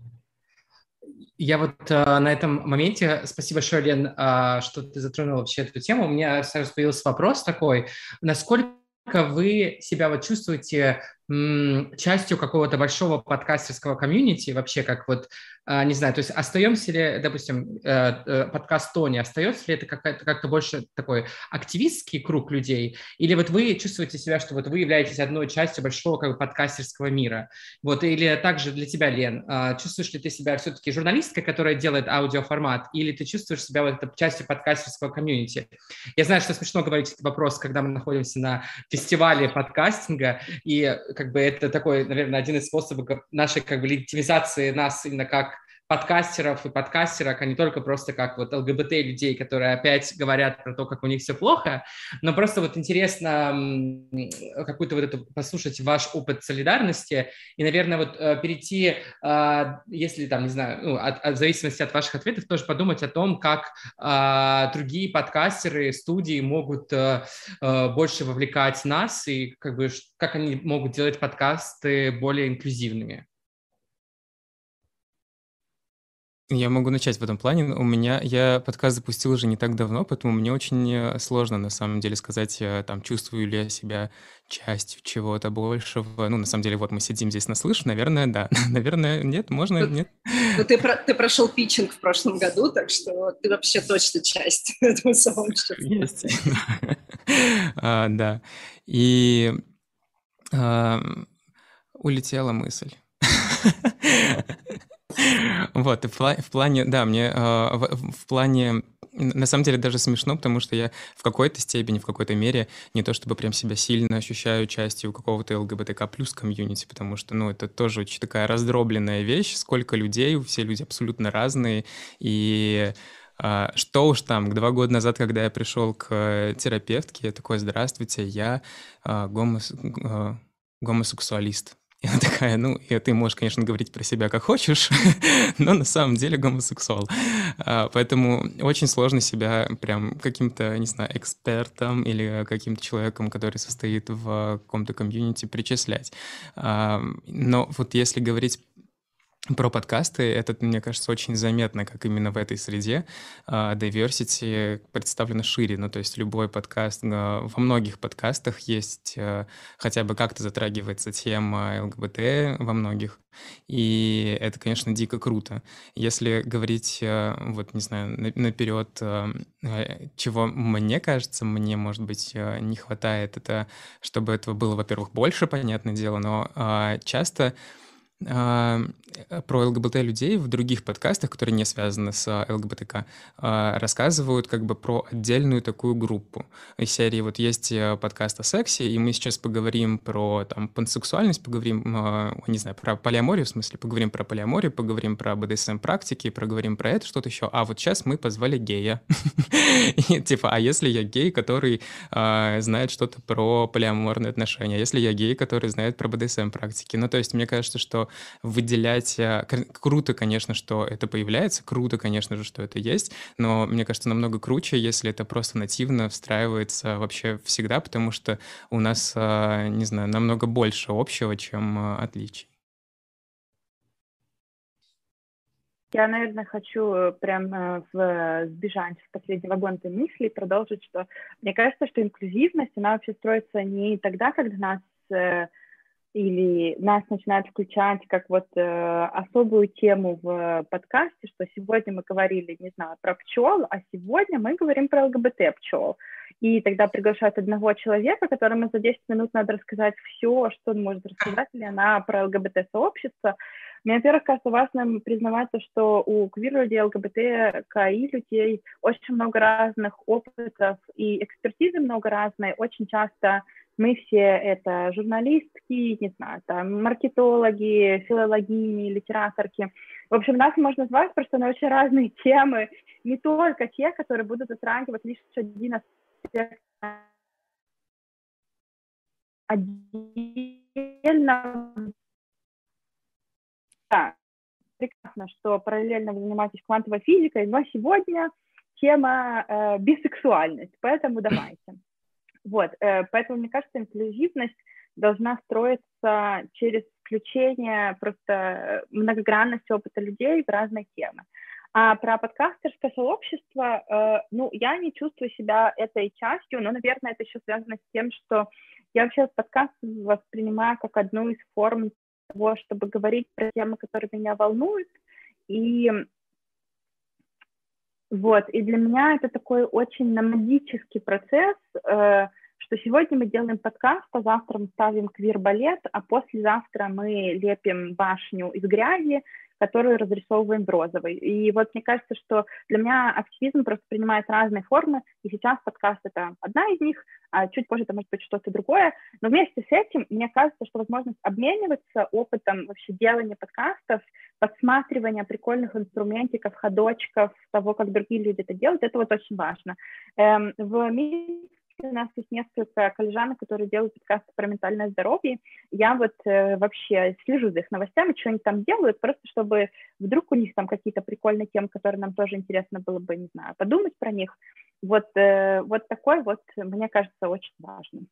Я вот э, на этом моменте, спасибо большое, Лен, э, что ты затронула вообще эту тему. У меня сразу появился вопрос такой, насколько вы себя вот чувствуете м, частью какого-то большого подкастерского комьюнити, вообще как вот А, не знаю, то есть остаемся ли, допустим, э, э, подкаст Тони, остается ли это какая-то, как-то больше такой активистский круг людей, или вот вы чувствуете себя, что вот вы являетесь одной частью большого как бы подкастерского мира? Вот, или также для тебя, Лен, а, чувствуешь ли ты себя все-таки журналисткой, которая делает аудиоформат, или ты чувствуешь себя вот этой частью подкастерского комьюнити? Я знаю, что смешно говорить этот вопрос, когда мы находимся на фестивале подкастинга, и как бы это такой, наверное, один из способов нашей как бы легитимизации нас именно как подкастеров и подкастерок, а не только просто как вот ЛГБТ-людей, которые опять говорят про то, как у них все плохо, но просто вот интересно какую-то вот эту послушать ваш опыт солидарности и, наверное, вот перейти, если там, не знаю, ну, от, от, в зависимости от ваших ответов, тоже подумать о том, как а, другие подкастеры, студии могут а, больше вовлекать нас и как бы как они могут делать подкасты более инклюзивными. Я могу начать в этом плане. У меня я подкаст запустил уже не так давно, поэтому мне очень сложно на самом деле сказать, там, чувствую ли я себя частью чего-то большего. Ну, на самом деле, вот мы сидим здесь на слыш, наверное, да. Наверное, нет, можно, ну, нет. Ну, ты, про, ты прошел питчинг в прошлом году, так что ты вообще точно часть этого сообщества. Есть. а, да. И а, улетела мысль. Вот, и в, пла- в плане, да, мне э, в, в плане, на самом деле даже смешно, потому что я в какой-то степени, в какой-то мере не то чтобы прям себя сильно ощущаю частью какого-то ЛГБТК плюс комьюнити, потому что, ну, это тоже очень такая раздробленная вещь, сколько людей, все люди абсолютно разные, и а, что уж там, два года назад, когда я пришел к терапевтке, я такой: здравствуйте, я а, гомос, а, гомосексуалист. И она такая: ну, и ты можешь, конечно, говорить про себя как хочешь, но на самом деле гомосексуал. А, поэтому очень сложно себя прям каким-то, не знаю, экспертом или каким-то человеком, который состоит в каком-то комьюнити, причислять. А, но вот если говорить про подкасты, это, мне кажется, очень заметно, как именно в этой среде uh, diversity представлено шире. Ну, то есть любой подкаст, uh, во многих подкастах есть uh, хотя бы как-то затрагивается тема ЛГБТ во многих, и это, конечно, дико круто. Если говорить, uh, вот, не знаю, наперед, uh, чего мне кажется, мне, может быть, uh, не хватает, это чтобы этого было, во-первых, больше, понятное дело, но uh, часто про ЛГБТ-людей в других подкастах, которые не связаны с ЛГБТК, рассказывают как бы про отдельную такую группу. Из серии вот есть подкаст о сексе, и мы сейчас поговорим про там пансексуальность, поговорим, не знаю, про полиаморию, в смысле, поговорим про полиаморию, поговорим про БДСМ-практики, поговорим про это, что-то еще. А вот сейчас мы позвали гея. Типа, а если я гей, который знает что-то про полиаморные отношения? Если я гей, который знает про БДСМ-практики? Ну, то есть мне кажется, что выделять... Круто, конечно, что это появляется, круто, конечно же, что это есть, но мне кажется, намного круче, если это просто нативно встраивается вообще всегда, потому что у нас, не знаю, намного больше общего, чем отличий. Я, наверное, хочу прям в, сбежать в последний вагон этой мысли и продолжить, что мне кажется, что инклюзивность, она вообще строится не тогда, когда нас... или нас начинают включать как вот э, особую тему в подкасте, что сегодня мы говорили, не знаю, про пчел, а сегодня мы говорим про ЛГБТ-пчел. И тогда приглашают одного человека, которому за десять минут надо рассказать все, что он может рассказать, или она про ЛГБТ-сообщество. Мне, во-первых, кажется важным признаваться, что у квир-людей, ЛГБТ-КИ людей очень много разных опытов и экспертизы много разной. Очень часто мы все это журналистки, не знаю, там, маркетологи, филологини, литераторки. В общем, нас можно назвать просто на очень разные темы, не только те, которые будут затрагивать лишь один аспект отдельно. Да, прекрасно, что параллельно вы занимаетесь квантовой физикой, но сегодня тема э, бисексуальность, поэтому давайте. Вот, э, поэтому, мне кажется, инклюзивность должна строиться через включение просто многогранности опыта людей в разные темы. А про подкастерское сообщество, э, ну, я не чувствую себя этой частью, но, наверное, это еще связано с тем, что я вообще подкаст воспринимаю как одну из форм того, чтобы говорить про темы, которые меня волнуют, И вот, и для меня это такой очень номадический процесс, э, что сегодня мы делаем подкаст, а завтра мы ставим квир-балет, а послезавтра мы лепим башню из грязи, которую разрисовываем в розовый. И вот мне кажется, что для меня активизм просто принимает разные формы, и сейчас подкаст — это одна из них, а чуть позже это может быть что-то другое. Но вместе с этим мне кажется, что возможность обмениваться опытом вообще делания подкастов, подсматривания прикольных инструментиков, ходочков, того, как другие люди это делают, это вот очень важно. Эм, в мире у нас есть несколько коллежанок, которые делают подкасты про ментальное здоровье. Я вот э, вообще слежу за их новостями, что они там делают, просто чтобы вдруг у них там какие-то прикольные темы, которые нам тоже интересно было бы, не знаю, подумать про них. Вот, э, вот такой вот, мне кажется, очень важным.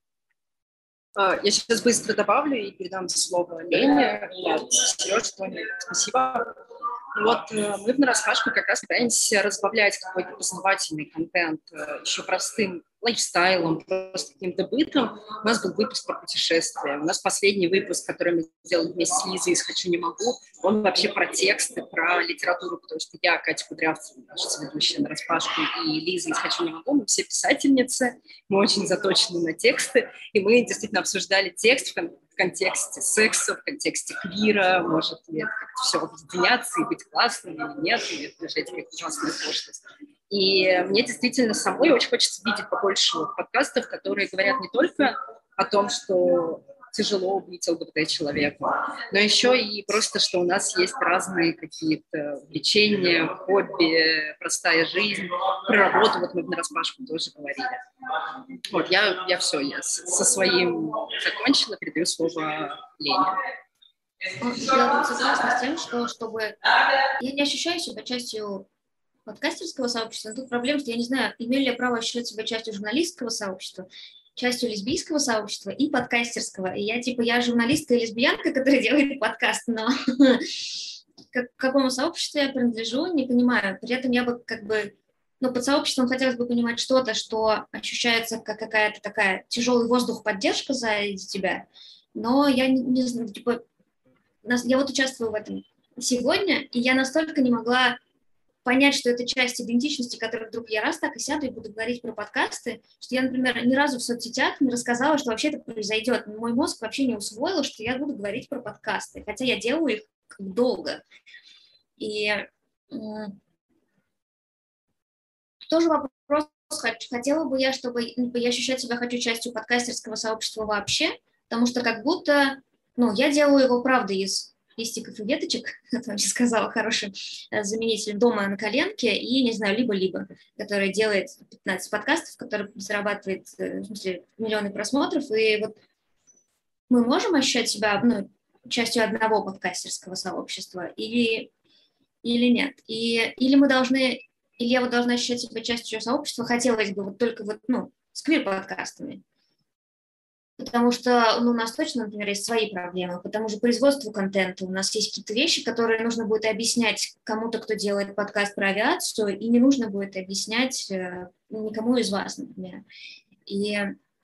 Я сейчас быстро добавлю и передам слово Лене. Сереж, Тоня, спасибо. Вот мы в «Нараспашку» как раз пытаемся разбавлять какой-то познавательный контент еще простым лайфстайлом, просто каким-то бытом. У нас был выпуск про путешествия. У нас последний выпуск, который мы сделали вместе с Лизой из «Хочу, не могу», он вообще про тексты, про литературу, потому что я, Катя Кудрявцева, наша ведущая «Нараспашку», и Лиза из «Хочу, не могу», мы все писательницы, мы очень заточены на тексты, и мы действительно обсуждали текст в в контексте секса, в контексте квира, может ли это как-то все объединяться и быть классным или нет, или это уже как ужасная пошлость. И мне действительно самой очень хочется видеть побольше подкастов, которые говорят не только о том, что тяжело быть ЛГБТ-человеку, но еще и просто, что у нас есть разные какие-то увлечения, хобби, простая жизнь, про работу, вот мы в «Нараспашку» тоже говорили. Вот, я, я все, я со своим закончила, передаю слово Лене. Я тут согласна с тем, что чтобы... Я не ощущаю себя частью подкастерского сообщества, но тут проблема, что я не знаю, имею ли я право ощущать себя частью журналистского сообщества, частью лесбийского сообщества и подкастерского. И я, типа, я журналистка и лесбиянка, которая делает подкаст, но к какому сообществу я принадлежу, не понимаю. При этом я бы как бы... Ну, под сообществом хотелось бы понимать что-то, что ощущается как какая-то такая тяжелый воздух, поддержка сзади тебя. Но я не, не знаю, типа... Я вот участвую в этом сегодня, и я настолько не могла понять, что это часть идентичности, которой вдруг я раз так и сяду и буду говорить про подкасты, что я, например, ни разу в соцсетях не рассказала, что вообще это произойдет. Мой мозг вообще не усвоил, что я буду говорить про подкасты, хотя я делаю их долго. И тоже вопрос, хотела бы я, чтобы я ощущать себя хочу частью подкастерского сообщества вообще, потому что как будто, ну, я делаю его, правда, из листиков и веточек, как я сказала, хорошим заменителем дома на коленке, и, не знаю, либо-либо, который делает пятнадцать подкастов, который зарабатывает, в смысле, миллионы просмотров, и вот мы можем ощущать себя, ну, частью одного подкастерского сообщества или, или нет? И, или мы должны, или я вот должна ощущать себя частью сообщества, хотелось бы вот только вот, ну, с квир-подкастами. Потому что ну, у нас точно, например, есть свои проблемы, потому что производство контента, у нас есть какие-то вещи, которые нужно будет объяснять кому-то, кто делает подкаст про авиацию, и не нужно будет объяснять э, никому из вас, например. И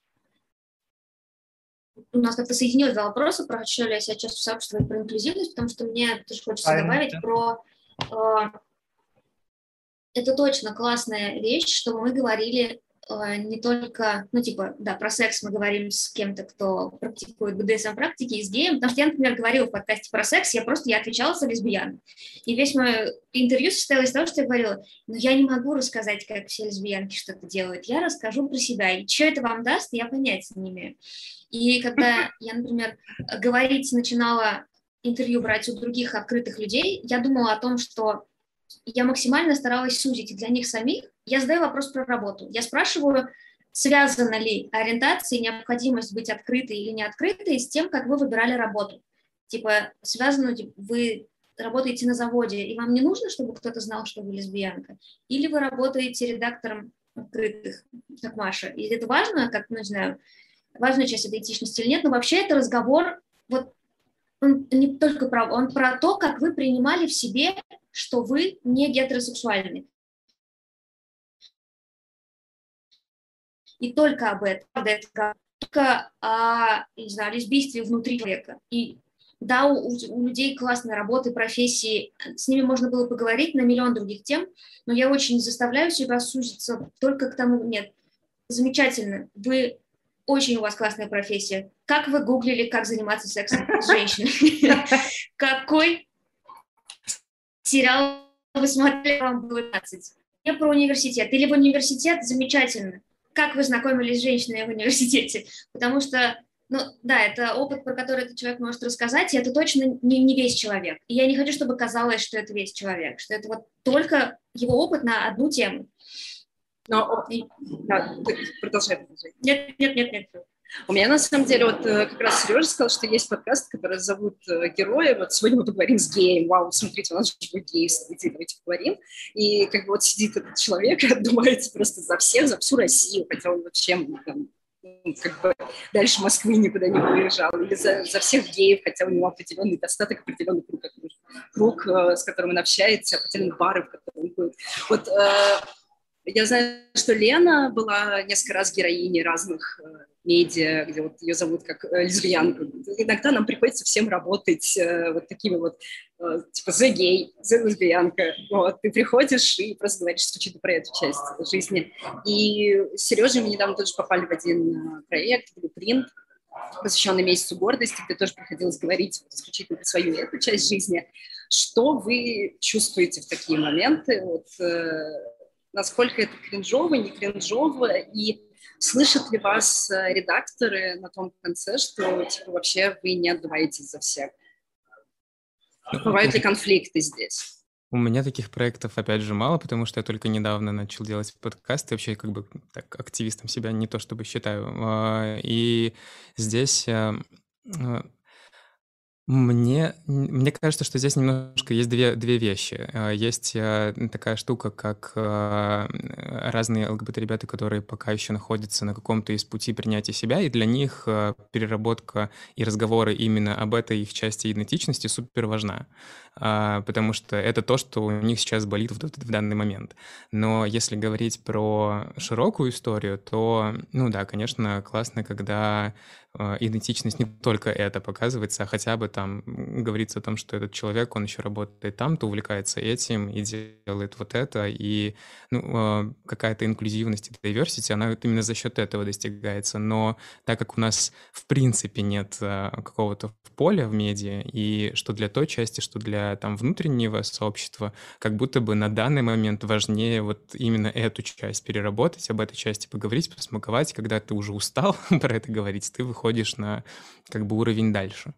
у нас как-то соединилось два вопроса, про хочу ли я себя частью сообщества и про инклюзивность, потому что мне тоже хочется Правильно. добавить про... Э, это точно классная вещь, что мы говорили не только, ну, типа, да, про секс мы говорим с кем-то, кто практикует бэ дэ эс эм-практики, и с геем, потому что я, например, говорила в подкасте про секс, я просто, я отвечала за лесбиян. И весь мое интервью состояло из того, что я говорила, ну, я не могу рассказать, как все лесбиянки что-то делают, я расскажу про себя, и что это вам даст, я понятия не имею. И когда я, например, говорить начинала, интервью брать у других открытых людей, я думала о том, что я максимально старалась сузить для них самих. Я задаю вопрос про работу. Я спрашиваю, связана ли ориентация и необходимость быть открытой или не открытой с тем, как вы выбирали работу. Типа, связано, типа, вы работаете на заводе, и вам не нужно, чтобы кто-то знал, что вы лесбиянка? Или вы работаете редактором открытых, как Маша? И это важно, как, ну, не знаю, важная часть идентичности или нет, но вообще это разговор, вот, он не только про, он про то, как вы принимали в себе, что вы не гетеросексуальны. И только об этом, только о, не знаю, лесбийстве внутри человека. И Да, у, у людей классные работы, профессии, с ними можно было поговорить на миллион других тем, но я очень заставляю себя сузиться только к тому, нет, замечательно, вы, очень у вас классная профессия. Как вы гуглили, как заниматься сексом с женщиной? Какой сериал вы смотрели, вам было пятнадцать? Не про университет. Или в университет, замечательно. Как вы знакомились с женщиной в университете? Потому что, ну да, это опыт, про который этот человек может рассказать, и это точно не, не весь человек. И я не хочу, чтобы казалось, что это весь человек, что это вот только его опыт на одну тему. Но, и... да, продолжай, продолжай. Нет, нет, нет, нет. У меня, на самом деле, вот как раз Сережа сказал, что есть подкаст, который зовут «Герои». Вот сегодня мы поговорим с геем. Вау, смотрите, у нас живой гей в студии, давайте поговорим. И как бы вот сидит этот человек и отдувается просто за всех, за всю Россию, хотя он вообще там, как бы дальше Москвы никуда не выезжал. Или за, за всех геев, хотя у него определенный достаток, определенный круг, круг, с которым он общается, определенные бары, в которых он будет. Вот я знаю, что Лена была несколько раз героиней разных э, медиа, где вот ее зовут как э, лесбиянку. Иногда нам приходится всем работать э, вот такими вот, э, типа, the gay, the лесбиянка. Вот. Ты приходишь и просто говоришь исключительно про эту часть жизни. И с Сережей мы недавно тоже попали в один проект, Blueprint, посвященный месяцу гордости, где тоже приходилось говорить исключительно про свою эту часть жизни. Что вы чувствуете в такие моменты? Вот, э, насколько это кринжово, не кринжово, и слышат ли вас редакторы на том конце, что типа, вообще вы не отдуваетесь за всех? Бывают ли конфликты здесь? У меня таких проектов, опять же, мало, потому что я только недавно начал делать подкасты, вообще как бы так активистом себя не то чтобы считаю. И здесь... Мне, мне кажется, что здесь немножко есть две, две вещи. Есть такая штука, как разные ЛГБТ-ребята, которые пока еще находятся на каком-то из пути принятия себя, и для них переработка и разговоры именно об этой их части идентичности супер важна, потому что это то, что у них сейчас болит в, в данный момент. Но если говорить про широкую историю, то, ну да, конечно, классно, когда идентичность не только это показывается, а хотя бы там говорится о том, что этот человек, он еще работает там-то, увлекается этим и делает вот это, и ну, какая-то инклюзивность и diversity, она вот именно за счет этого достигается. Но так как у нас в принципе нет какого-то поля в медиа, и что для той части, что для там внутреннего сообщества, как будто бы на данный момент важнее вот именно эту часть переработать, об этой части поговорить, посмаковать, когда ты уже устал про это говорить, ты выходишь ходишь на как бы уровень дальше.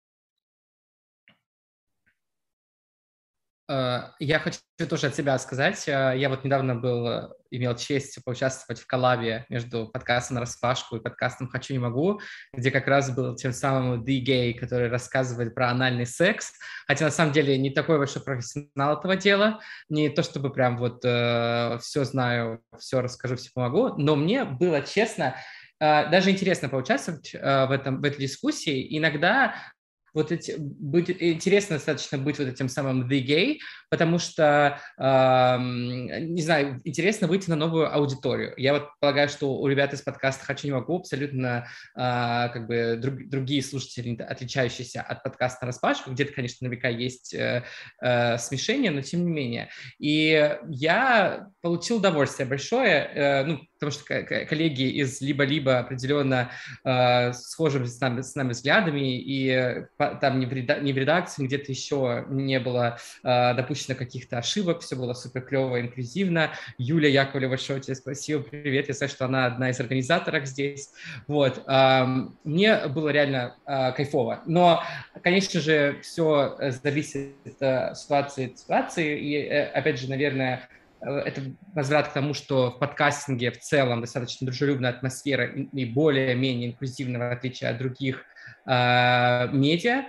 Я хочу тоже от себя сказать. Я вот недавно был, имел честь поучаствовать в коллабе между подкастом «Нараспашку» и подкастом «Хочу, не могу», где как раз был тем самым The Gay, который рассказывает про анальный секс, хотя на самом деле не такой большой профессионал этого дела, не то чтобы прям вот э, все знаю, все расскажу, все помогу, но мне было честно, э, даже интересно поучаствовать э, в, этом, в этой дискуссии. Иногда вот эти, будет интересно достаточно быть вот этим самым the gay, потому что, э, не знаю, интересно выйти на новую аудиторию. Я вот полагаю, что у ребят из подкаста «Хочу, не могу» абсолютно э, как бы друг, другие слушатели, отличающиеся от подкаста «Нараспашку». Где-то, конечно, наверняка есть э, э, смешение, но тем не менее. И я получил удовольствие большое, э, ну, потому что коллеги из либо-либо определенно э, схожими с нами, с нами взглядами, и там ни в, реда- ни в редакции, где-то еще не было э, допущено каких-то ошибок, все было супер клево, инклюзивно. Юля Яковлева, большое тебе спасибо, привет, я знаю, что она одна из организаторов здесь. Вот. Э, мне было реально э, кайфово, но, конечно же, все зависит от ситуации, от ситуации, и, э, опять же, наверное, это возврат к тому, что в подкастинге в целом достаточно дружелюбная атмосфера и более-менее инклюзивная, в отличие от других э, медиа.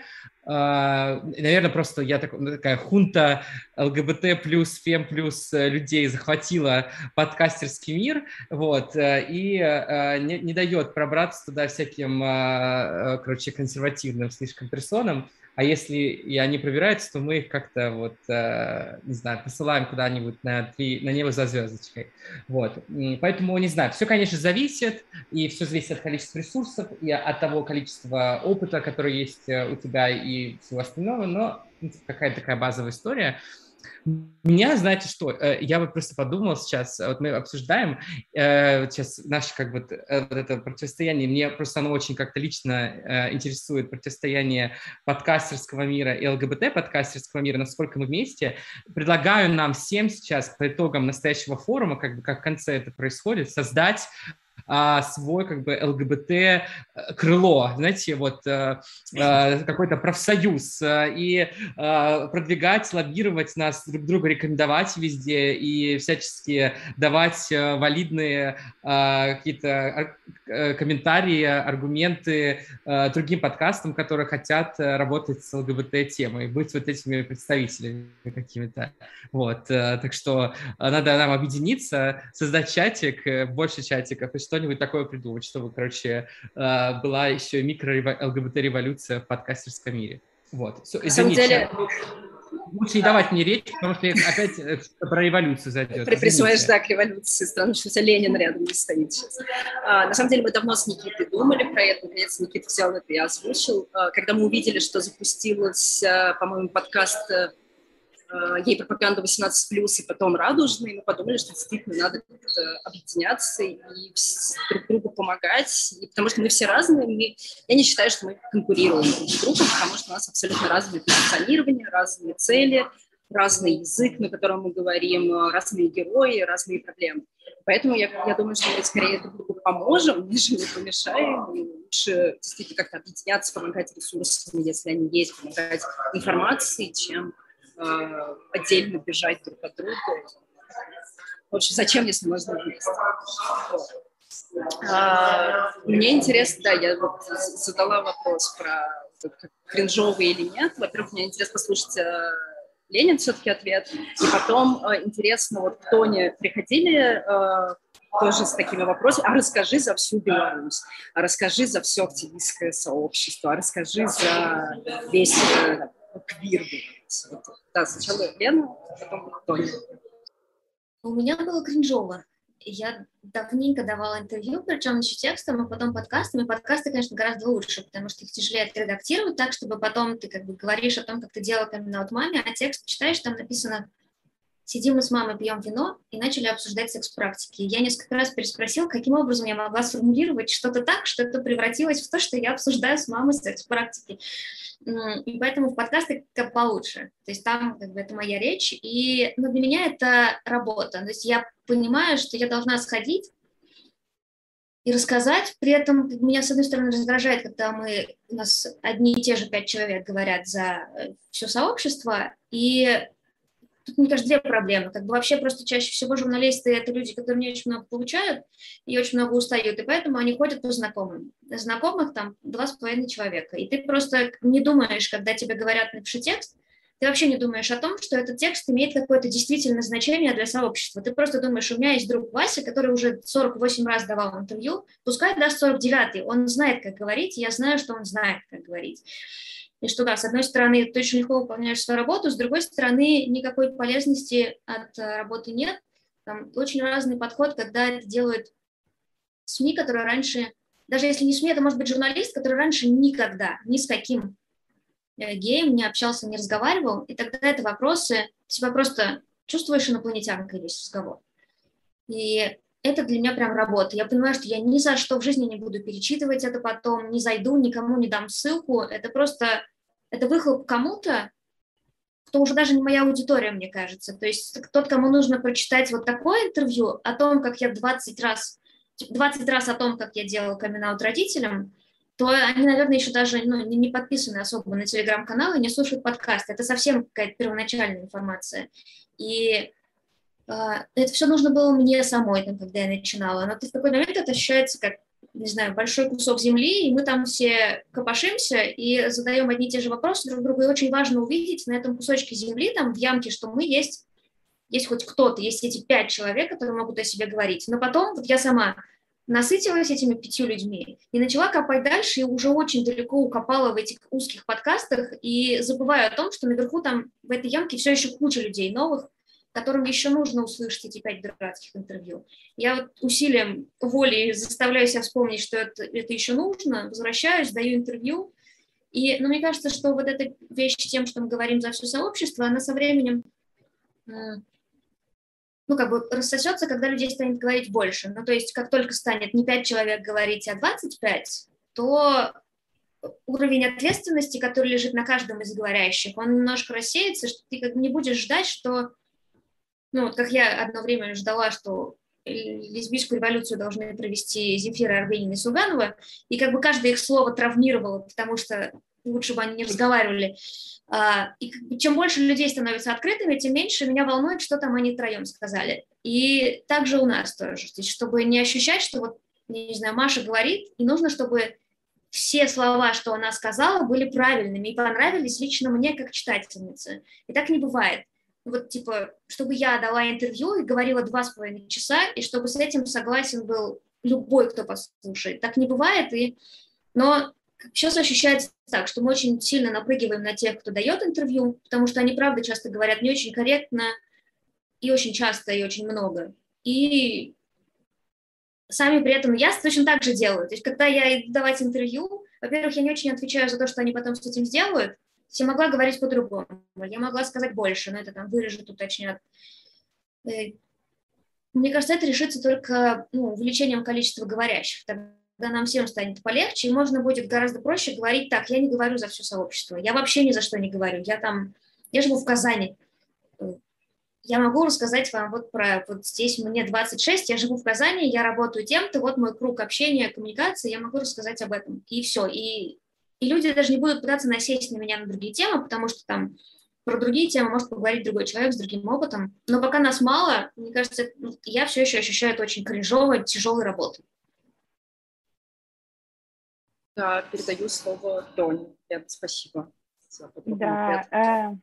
Э, наверное, просто я так, такая хунта ЛГБТ плюс, фем плюс людей захватила подкастерский мир, вот, и э, не, не дает пробраться туда всяким, э, короче, консервативным слишком персонам. А если и они пробираются, то мы их как-то вот, э, не знаю, посылаем куда-нибудь на, три, на небо за звездочкой. Вот. Поэтому, не знаю, все, конечно, зависит, и все зависит от количества ресурсов, и от того количества опыта, который есть у тебя, и и всего остального, но какая-то такая базовая история. Меня, знаете что, я вот просто подумал сейчас, вот мы обсуждаем сейчас наше как бы вот это противостояние, мне просто оно очень как-то лично интересует, противостояние подкастерского мира и ЛГБТ-подкастерского мира, насколько мы вместе. Предлагаю нам всем сейчас по итогам настоящего форума, как бы как в конце это происходит, создать а, свой как бы ЛГБТ-крыло, знаете, вот а, а, какой-то профсоюз, а, и а, продвигать, лоббировать нас, друг друга рекомендовать везде и всячески давать а, валидные а, какие-то а, комментарии, аргументы а, другим подкастам, которые хотят а, работать с ЛГБТ-темой, быть вот этими представителями какими-то. Вот, а, так что надо нам объединиться, создать чатик, больше чатиков, и что-нибудь такое придумать, чтобы, короче, была еще микро-ЛГБТ-революция в подкастерском мире. Вот. На самом деле... Лучше не давать мне речь, потому что опять про революцию зайдет. Присвоишь, да, к революции. Странно, что у тебя Ленин рядом не стоит сейчас. А, на самом деле мы давно с Никитой думали про это. Наконец Никита взял это и озвучил. А, когда мы увидели, что запустилась, по-моему, подкаст «Гей-пропаганда восемнадцать плюс» и потом «Радужный», мы подумали, что действительно надо объединяться и друг другу помогать, и потому что мы все разные, мы, я не считаю, что мы конкурируем друг с другом, потому что у нас абсолютно разные позиционирования, разные цели, разный язык, на котором мы говорим, разные герои, разные проблемы. Поэтому я, я думаю, что мы скорее друг другу поможем, нежели помешаем, и лучше действительно как-то объединяться, помогать ресурсами, если они есть, помогать информацией, чем отдельно бежать друг от друга. В общем, зачем, если можно вместе? А, мне интересно, да, я вот задала вопрос про кринжовый или нет. Во-первых, мне интересно послушать а, Ленин все-таки ответ. И потом а, интересно, вот к Тоне приходили а, тоже с такими вопросами. А расскажи за всю Беларусь, а расскажи за все активистское сообщество, а расскажи за весь а, квир. Да, сначала Лена, потом Тоня. У меня было кринжово. Я давненько давала интервью, причем еще текстом, а потом подкастом. И подкасты, конечно, гораздо лучше, потому что их тяжелее отредактировать так, чтобы потом ты как бы говоришь о том, как ты делал камин-аут маме, а текст читаешь, там написано: «Сидим мы с мамой, пьем вино и начали обсуждать секс-практики». Я несколько раз переспросила, каким образом я могла сформулировать что-то так, что это превратилось в то, что я обсуждаю с мамой секс-практики. И поэтому в подкастах как получше. То есть там как бы это моя речь, и ну, для меня это работа. То есть я понимаю, что я должна сходить и рассказать. При этом меня, с одной стороны, раздражает, когда мы, у нас одни и те же пять человек говорят за все сообщество, и тут, мне кажется, две проблемы. Как бы вообще просто чаще всего журналисты – это люди, которые не очень много получают и очень много устают, и поэтому они ходят по знакомым. Знакомых там два с половиной человека. И ты просто не думаешь, когда тебе говорят «напиши текст», ты вообще не думаешь о том, что этот текст имеет какое-то действительно значение для сообщества. Ты просто думаешь: у меня есть друг Вася, который уже сорок восемь раз давал интервью, пускай даст сорок девятый, он знает, как говорить, и я знаю, что он знает, как говорить. И что, да, с одной стороны, ты очень легко выполняешь свою работу, с другой стороны, никакой полезности от работы нет. Там очень разный подход, когда это делают СМИ, которые раньше, даже если не СМИ, это может быть журналист, который раньше никогда ни с каким геем не общался, не разговаривал, и тогда это вопросы, ты себя просто чувствуешь инопланетянкой весь разговор. И это для меня прям работа. Я понимаю, что я ни за что в жизни не буду перечитывать это потом, не зайду, никому не дам ссылку. Это просто, это выхлоп кому-то, кто уже даже не моя аудитория, мне кажется. То есть тот, кому нужно прочитать вот такое интервью о том, как я двадцать раз, двадцать раз о том, как я делала камин-аут родителям, то они, наверное, еще даже ну, не подписаны особо на телеграм-канал и не слушают подкасты. Это совсем какая-то первоначальная информация. И это все нужно было мне самой, там, когда я начинала. Но в какой-то момент это ощущается как, не знаю, большой кусок земли, и мы там все копошимся и задаем одни и те же вопросы друг другу. И очень важно увидеть на этом кусочке земли, там в ямке, что мы есть, есть хоть кто-то, есть эти пять человек, которые могут о себе говорить. Но потом вот я сама насытилась этими пятью людьми и начала копать дальше, и уже очень далеко укопала в этих узких подкастах, и забываю о том, что наверху там в этой ямке все еще куча людей новых, которым еще нужно услышать эти пять дурацких интервью. Я вот усилием воли заставляю себя вспомнить, что это, это еще нужно, возвращаюсь, даю интервью, И, ну, мне кажется, что вот эта вещь с тем, что мы говорим за все сообщество, она со временем, ну, как бы рассосется, когда людей станет говорить больше. Ну, то есть, как только станет не пять человек говорить, а двадцать пять, то уровень ответственности, который лежит на каждом из говорящих, он немножко рассеется, что ты как бы не будешь ждать, что, ну, вот как я одно время ждала, что лесбийскую революцию должны провести Земфира, Арбенина и Суганова, и как бы каждое их слово травмировало, потому что лучше бы они не разговаривали. И чем больше людей становится открытыми, тем меньше меня волнует, что там они втроем сказали. И также у нас тоже, чтобы не ощущать, что вот, не знаю, Маша говорит, и нужно, чтобы все слова, что она сказала, были правильными и понравились лично мне как читательнице. И так не бывает. Вот, типа, чтобы я дала интервью и говорила два с половиной часа, и чтобы с этим согласен был любой, кто послушает. Так не бывает, и... но сейчас ощущается так, что мы очень сильно напрыгиваем на тех, кто дает интервью, потому что они, правда, часто говорят не очень корректно, и очень часто, и очень много. И сами при этом я точно так же делаю. То есть, когда я иду давать интервью, во-первых, я не очень отвечаю за то, что они потом с этим сделают. Я могла говорить по-другому, я могла сказать больше, но это там вырежут, уточнят. Мне кажется, это решится только ну, увеличением количества говорящих. Тогда нам всем станет полегче, и можно будет гораздо проще говорить так, я не говорю за все сообщество, я вообще ни за что не говорю, я там, я живу в Казани. Я могу рассказать вам вот про, вот здесь мне двадцать шесть, я живу в Казани, я работаю тем-то, вот мой круг общения, коммуникации, я могу рассказать об этом, и все. И, и люди даже не будут пытаться насесть на меня на другие темы, потому что там про другие темы может поговорить другой человек с другим опытом. Но пока нас мало, мне кажется, я все еще ощущаю это очень кринжово, тяжелой работой. Да, передаю слово Тоне. Спасибо за подробный ответ. Да,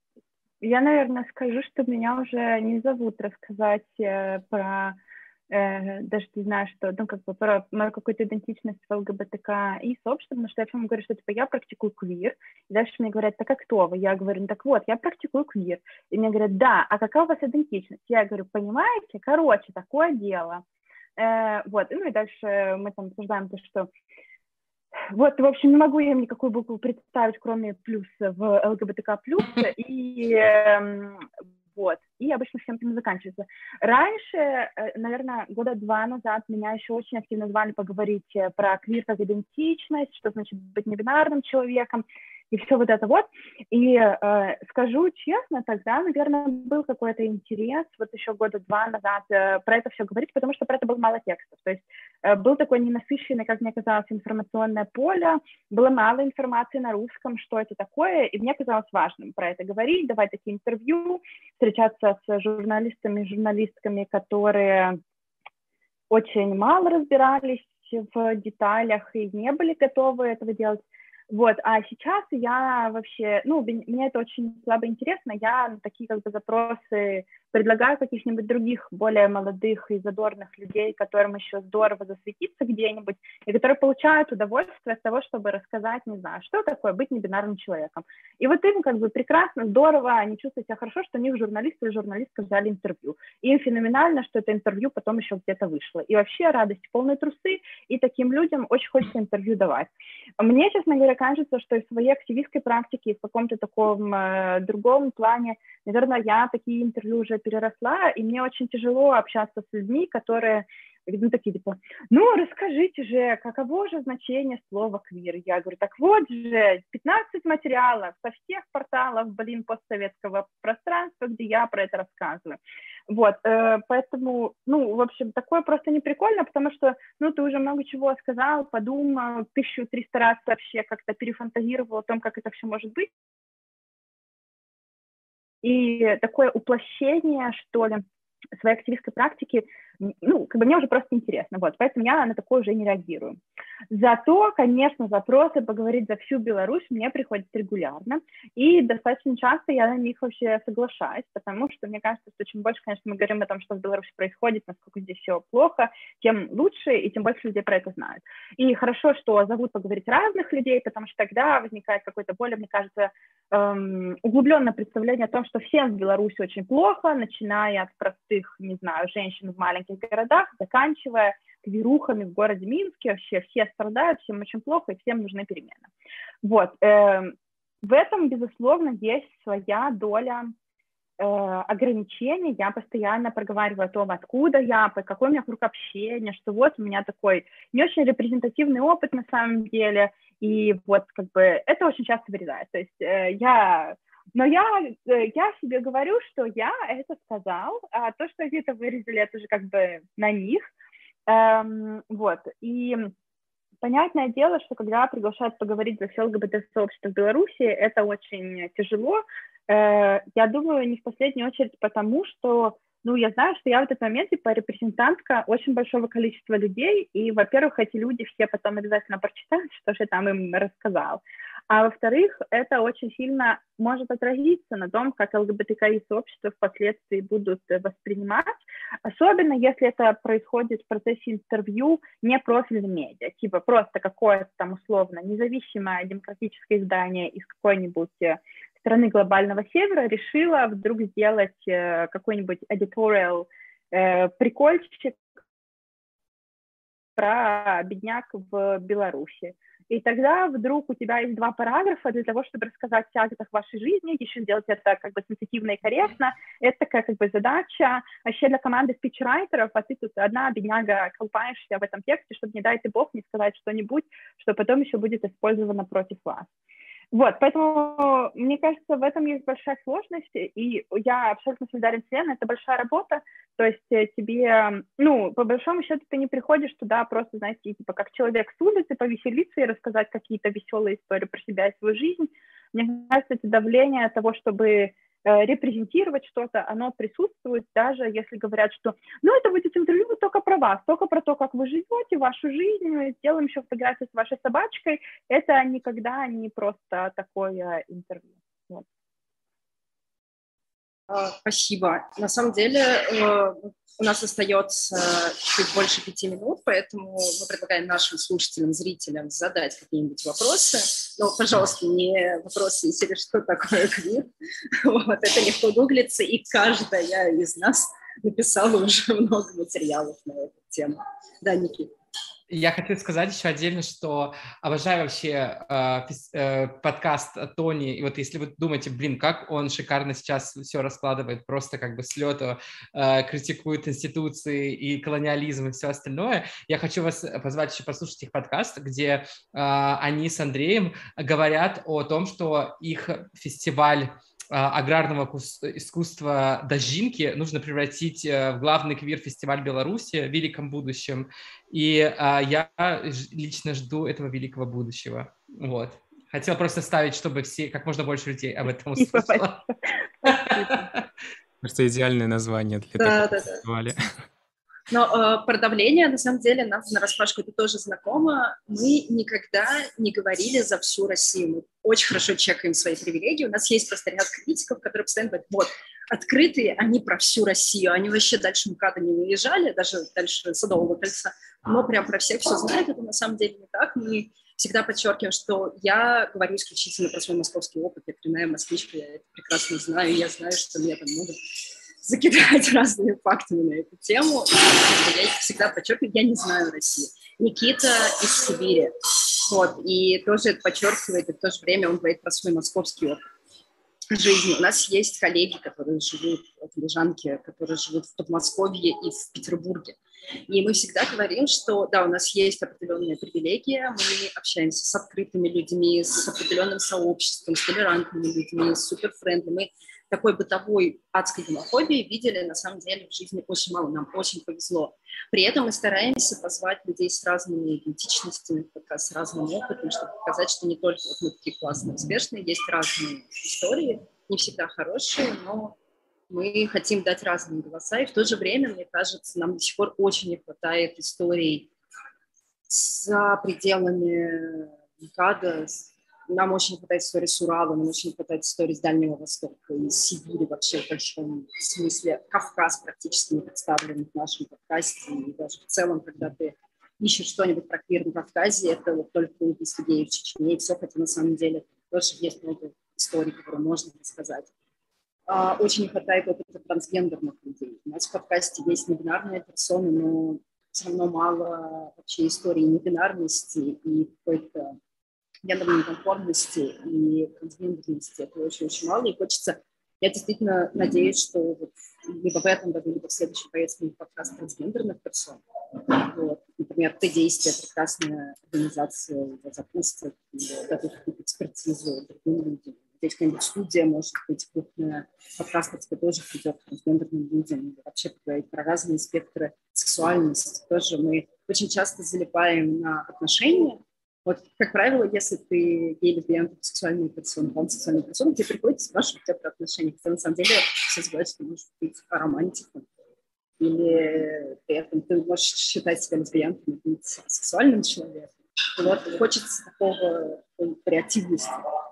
я, наверное, скажу, что меня уже не зовут рассказать э, про, э, даже не знаю, что, ну, как бы про мою какую-то идентичность в ЛГБТК и сообщество, потому что я всем говорю, что, типа, я практикую квир, и дальше мне говорят, так а кто вы? Я говорю, ну, так вот, я практикую квир. И мне говорят, да, а какая у вас идентичность? Я говорю, понимаете, короче, такое дело. Э, вот, ну, и дальше мы там обсуждаем то, что вот, в общем, не могу я им никакую букву представить, кроме плюса в ЛГБТК+, и э, вот, и обычно всем этим заканчивается. Раньше, э, наверное, года два назад меня еще очень активно звали поговорить про квир как идентичность, что значит быть небинарным человеком, и все вот это вот. И э, скажу честно, тогда, наверное, был какой-то интерес, вот еще года два назад э, про это все говорить, потому что про это было мало текстов. То есть э, был такой ненасыщенный, как мне казалось, информационное поле, было мало информации на русском, что это такое, и мне казалось важным про это говорить, давать такие интервью, встречаться с журналистами, журналистками, которые очень мало разбирались в деталях и не были готовы этого делать. Вот, а сейчас я вообще, ну, мне это очень слабо интересно, я на такие как бы запросы предлагаю каких-нибудь других, более молодых и задорных людей, которым еще здорово засветиться где-нибудь, и которые получают удовольствие от того, чтобы рассказать, не знаю, что такое быть небинарным человеком. И вот им как бы прекрасно, здорово, они чувствуют себя хорошо, что у них журналисты и журналистка взяли интервью. И им феноменально, что это интервью потом еще где-то вышло. И вообще радость полные трусы, и таким людям очень хочется интервью давать. Мне, честно говоря, кажется, что из своей активистской практики, в каком-то таком э, другом плане, наверное, я такие интервью уже переросла, и мне очень тяжело общаться с людьми, которые, ну, такие, типа, ну, расскажите же, каково же значение слова «квир». Я говорю, так вот же, пятнадцать материалов со всех порталов, блин, постсоветского пространства, где я про это рассказываю. Вот, э, поэтому, ну, в общем, такое просто не прикольно, потому что, ну, ты уже много чего сказал, подумал, тысячу триста раз вообще как-то перефантазировал о том, как это все может быть. И такое уплощение, что ли, своей активистской практики, ну, как бы мне уже просто интересно, вот, поэтому я на такое уже не реагирую. Зато, конечно, запросы поговорить за всю Беларусь мне приходят регулярно, и достаточно часто я на них вообще соглашаюсь, потому что мне кажется, что чем больше, конечно, мы говорим о том, что в Беларуси происходит, насколько здесь все плохо, тем лучше, и тем больше людей про это знают. И хорошо, что зовут поговорить разных людей, потому что тогда возникает какое-то более, мне кажется, эм, углубленное представление о том, что всем в Беларуси очень плохо, начиная от простых, не знаю, женщин в маленьких городах, заканчивая квирухами в городе Минске, вообще все страдают, всем очень плохо, и всем нужны перемены. Вот. В этом, безусловно, есть своя доля ограничений. Я постоянно проговариваю о том, откуда я, какой у меня круг общения, что вот у меня такой не очень репрезентативный опыт на самом деле, и вот как бы это очень часто вырезает. То есть э, я, но я, я себе говорю, что я это сказал, а то, что они это вырезали, это уже как бы на них. Эм, вот, и понятное дело, что когда приглашают поговорить за все ЛГБТ-сообщество в Беларуси, это очень тяжело. Я думаю, не в последнюю очередь потому, что, ну, я знаю, что я в этот момент, типа, репрезентантка очень большого количества людей, и, во-первых, эти люди все потом обязательно прочитают, что же я там им рассказал, а во-вторых, это очень сильно может отразиться на том, как ЛГБТКИ-сообщество впоследствии будут воспринимать, особенно если это происходит в процессе интервью не профильным медиа, типа просто какое-то там условно независимое демократическое издание из какой-нибудь страны глобального севера решила вдруг сделать э, какой-нибудь editorial э, прикольчик про бедняк в Беларуси. И тогда вдруг у тебя есть два параграфа для того, чтобы рассказать о тяготах вашей жизни, еще сделать это как бы сенситивно и корректно. Это такая как бы задача вообще для команды спичрайтеров, а ты тут одна бедняга колупаешься в этом тексте, чтобы, не дай ты бог, не сказать что-нибудь, что потом еще будет использовано против вас. Вот, поэтому, мне кажется, в этом есть большая сложность, и я абсолютно солидарен с Леной, это большая работа, то есть тебе, ну, по большому счету ты не приходишь туда просто, знаете, типа как человек с улицы повеселиться и рассказать какие-то веселые истории про себя и свою жизнь. Мне кажется, это давление того, чтобы репрезентировать что-то, оно присутствует, даже если говорят, что ну, это будет интервью только про вас, только про то, как вы живете, вашу жизнь, сделаем еще фотографию с вашей собачкой. Это никогда не просто такое интервью. Вот. Спасибо. На самом деле у нас остается чуть больше пяти минут, поэтому мы предлагаем нашим слушателям, зрителям задать какие-нибудь вопросы. Но, пожалуйста, не вопросы из серии «Что такое квир?». Вот, это легко гуглится, и каждая из нас написала уже много материалов на эту тему. Да, Никита. Я хочу сказать еще отдельно, что обожаю вообще э, э, подкаст Тони. И вот если вы думаете, блин, как он шикарно сейчас все раскладывает, просто как бы с лету э, критикует институции и колониализм и все остальное, я хочу вас позвать еще послушать их подкаст, где э, они с Андреем говорят о том, что их фестиваль аграрного искусства «Дождинки» нужно превратить в главный квир-фестиваль Беларуси в великом будущем. И а, я лично жду этого великого будущего. Вот. Хотела просто ставить, чтобы все, как можно больше людей об этом услышало. Кажется, идеальное название для да, такого да, фестиваля. Да. Но э, про давление, на самом деле, нам на распашку это тоже знакомо. Мы никогда не говорили за всю Россию. Мы очень хорошо чекаем свои привилегии. У нас есть просто ряд критиков, которые постоянно говорят, вот, открытые, они про всю Россию. Они вообще дальше МКАДа не выезжали, даже дальше Садового кольца. Но прям про всех все знают. Это на самом деле не так. Мы всегда подчеркиваем, что я говорю исключительно про свой московский опыт. Я коренная москвичка, я это прекрасно знаю. Я знаю, что меня там могут закидать разными фактами на эту тему. Я всегда подчеркиваю, я не знаю Россию. Никита из Сибири. Вот. И тоже это подчеркивает, и в то же время он говорит про свой московский опыт жизни. У нас есть коллеги, которые живут, коллежанки, которые живут в Подмосковье и в Петербурге. И мы всегда говорим, что да, у нас есть определенная привилегия, мы общаемся с открытыми людьми, с определенным сообществом, с толерантными людьми, с суперфрендли. Мы такой бытовой адской гомофобии видели, на самом деле, в жизни очень мало. Нам очень повезло. При этом мы стараемся позвать людей с разными идентичностями, как раз с разным опытом, чтобы показать, что не только вот мы такие классные, успешные, есть разные истории, не всегда хорошие, но мы хотим дать разные голоса. И в то же время, мне кажется, нам до сих пор очень не хватает историй за пределами МКАДа. Нам очень не хватает истории с Урала, нам очень не хватает истории с Дальнего Востока, из Сибири вообще в большом смысле. Кавказ практически не представлен в нашем подкасте. И даже в целом, когда ты ищешь что-нибудь про квир на Кавказе, это вот только убийство геев в Чечне, и все, хотя на самом деле тоже есть много историй, которые можно рассказать. Очень не хватает опыта трансгендерных людей. У нас в подкасте есть небинарные персоны, но все равно мало вообще истории небинарности и какой-то гендерной конформности и трансгендерности. Это очень-очень мало, и хочется... Я действительно надеюсь, что вот либо в этом году, либо в следующем поездке будет подкаст трансгендерных персон. Вот. Например, «Т-действие» — прекрасная организация, запустит и дадут какую-то экспертизу другим людям. Здесь какая-нибудь студия, может быть, крупная, подкастерская тоже придет к трансгендерным людям. Или вообще поговорить про разные спектры сексуальности. Тоже мы очень часто залипаем на отношения. Вот, как правило, если ты гей-лесбиянка, сексуальная персона, пансексуальная персона, тебе приходится спрашивать тебя про отношения. Хотя на самом деле все забывают, что ты можешь быть романтиком. Или при этом ты можешь считать себя лесбиянкой, быть сексуальным человеком. И вот хочется такого креативности.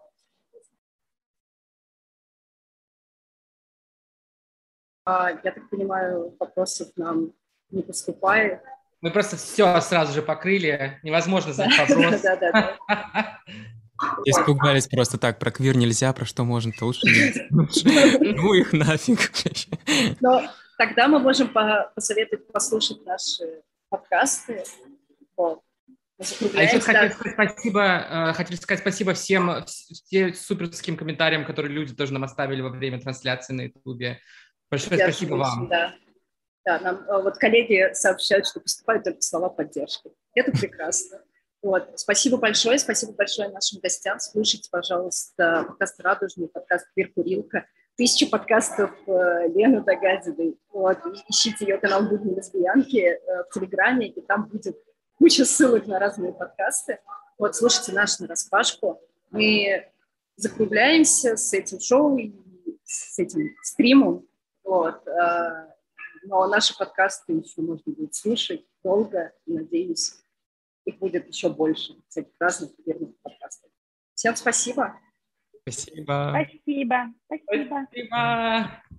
А, я так понимаю, вопросов нам не поступает. Мы просто все сразу же покрыли. Невозможно задать вопрос. Да, да, да. Испугались просто так. Про квир нельзя, про что можно-то лучше не. Ну их нафиг. Но тогда мы можем посоветовать послушать наши подкасты. Вот. А еще хотел сказать спасибо, хотел сказать спасибо всем, всем суперским комментариям, которые люди тоже нам оставили во время трансляции на Ютубе. Большое Я спасибо вам. Да. Да, нам вот коллеги сообщают, что поступают только слова поддержки. Это прекрасно. Вот. Спасибо большое, спасибо большое нашим гостям. Слушайте, пожалуйста, подкаст «Радужный», подкаст «Квир-курилка». Тысячу подкастов Лены Дагадиной. Вот. Ищите ее канал «Будни лесбиянки» в Телеграме, и там будет куча ссылок на разные подкасты. Вот, слушайте наш нараспашку. Мы закругляемся с этим шоу и с этим стримом. Вот. Но наши подкасты еще можно будет слушать долго, и, надеюсь, их будет еще больше, всяких разных верных подкастов. Всем спасибо. Спасибо. Спасибо. Спасибо. Спасибо.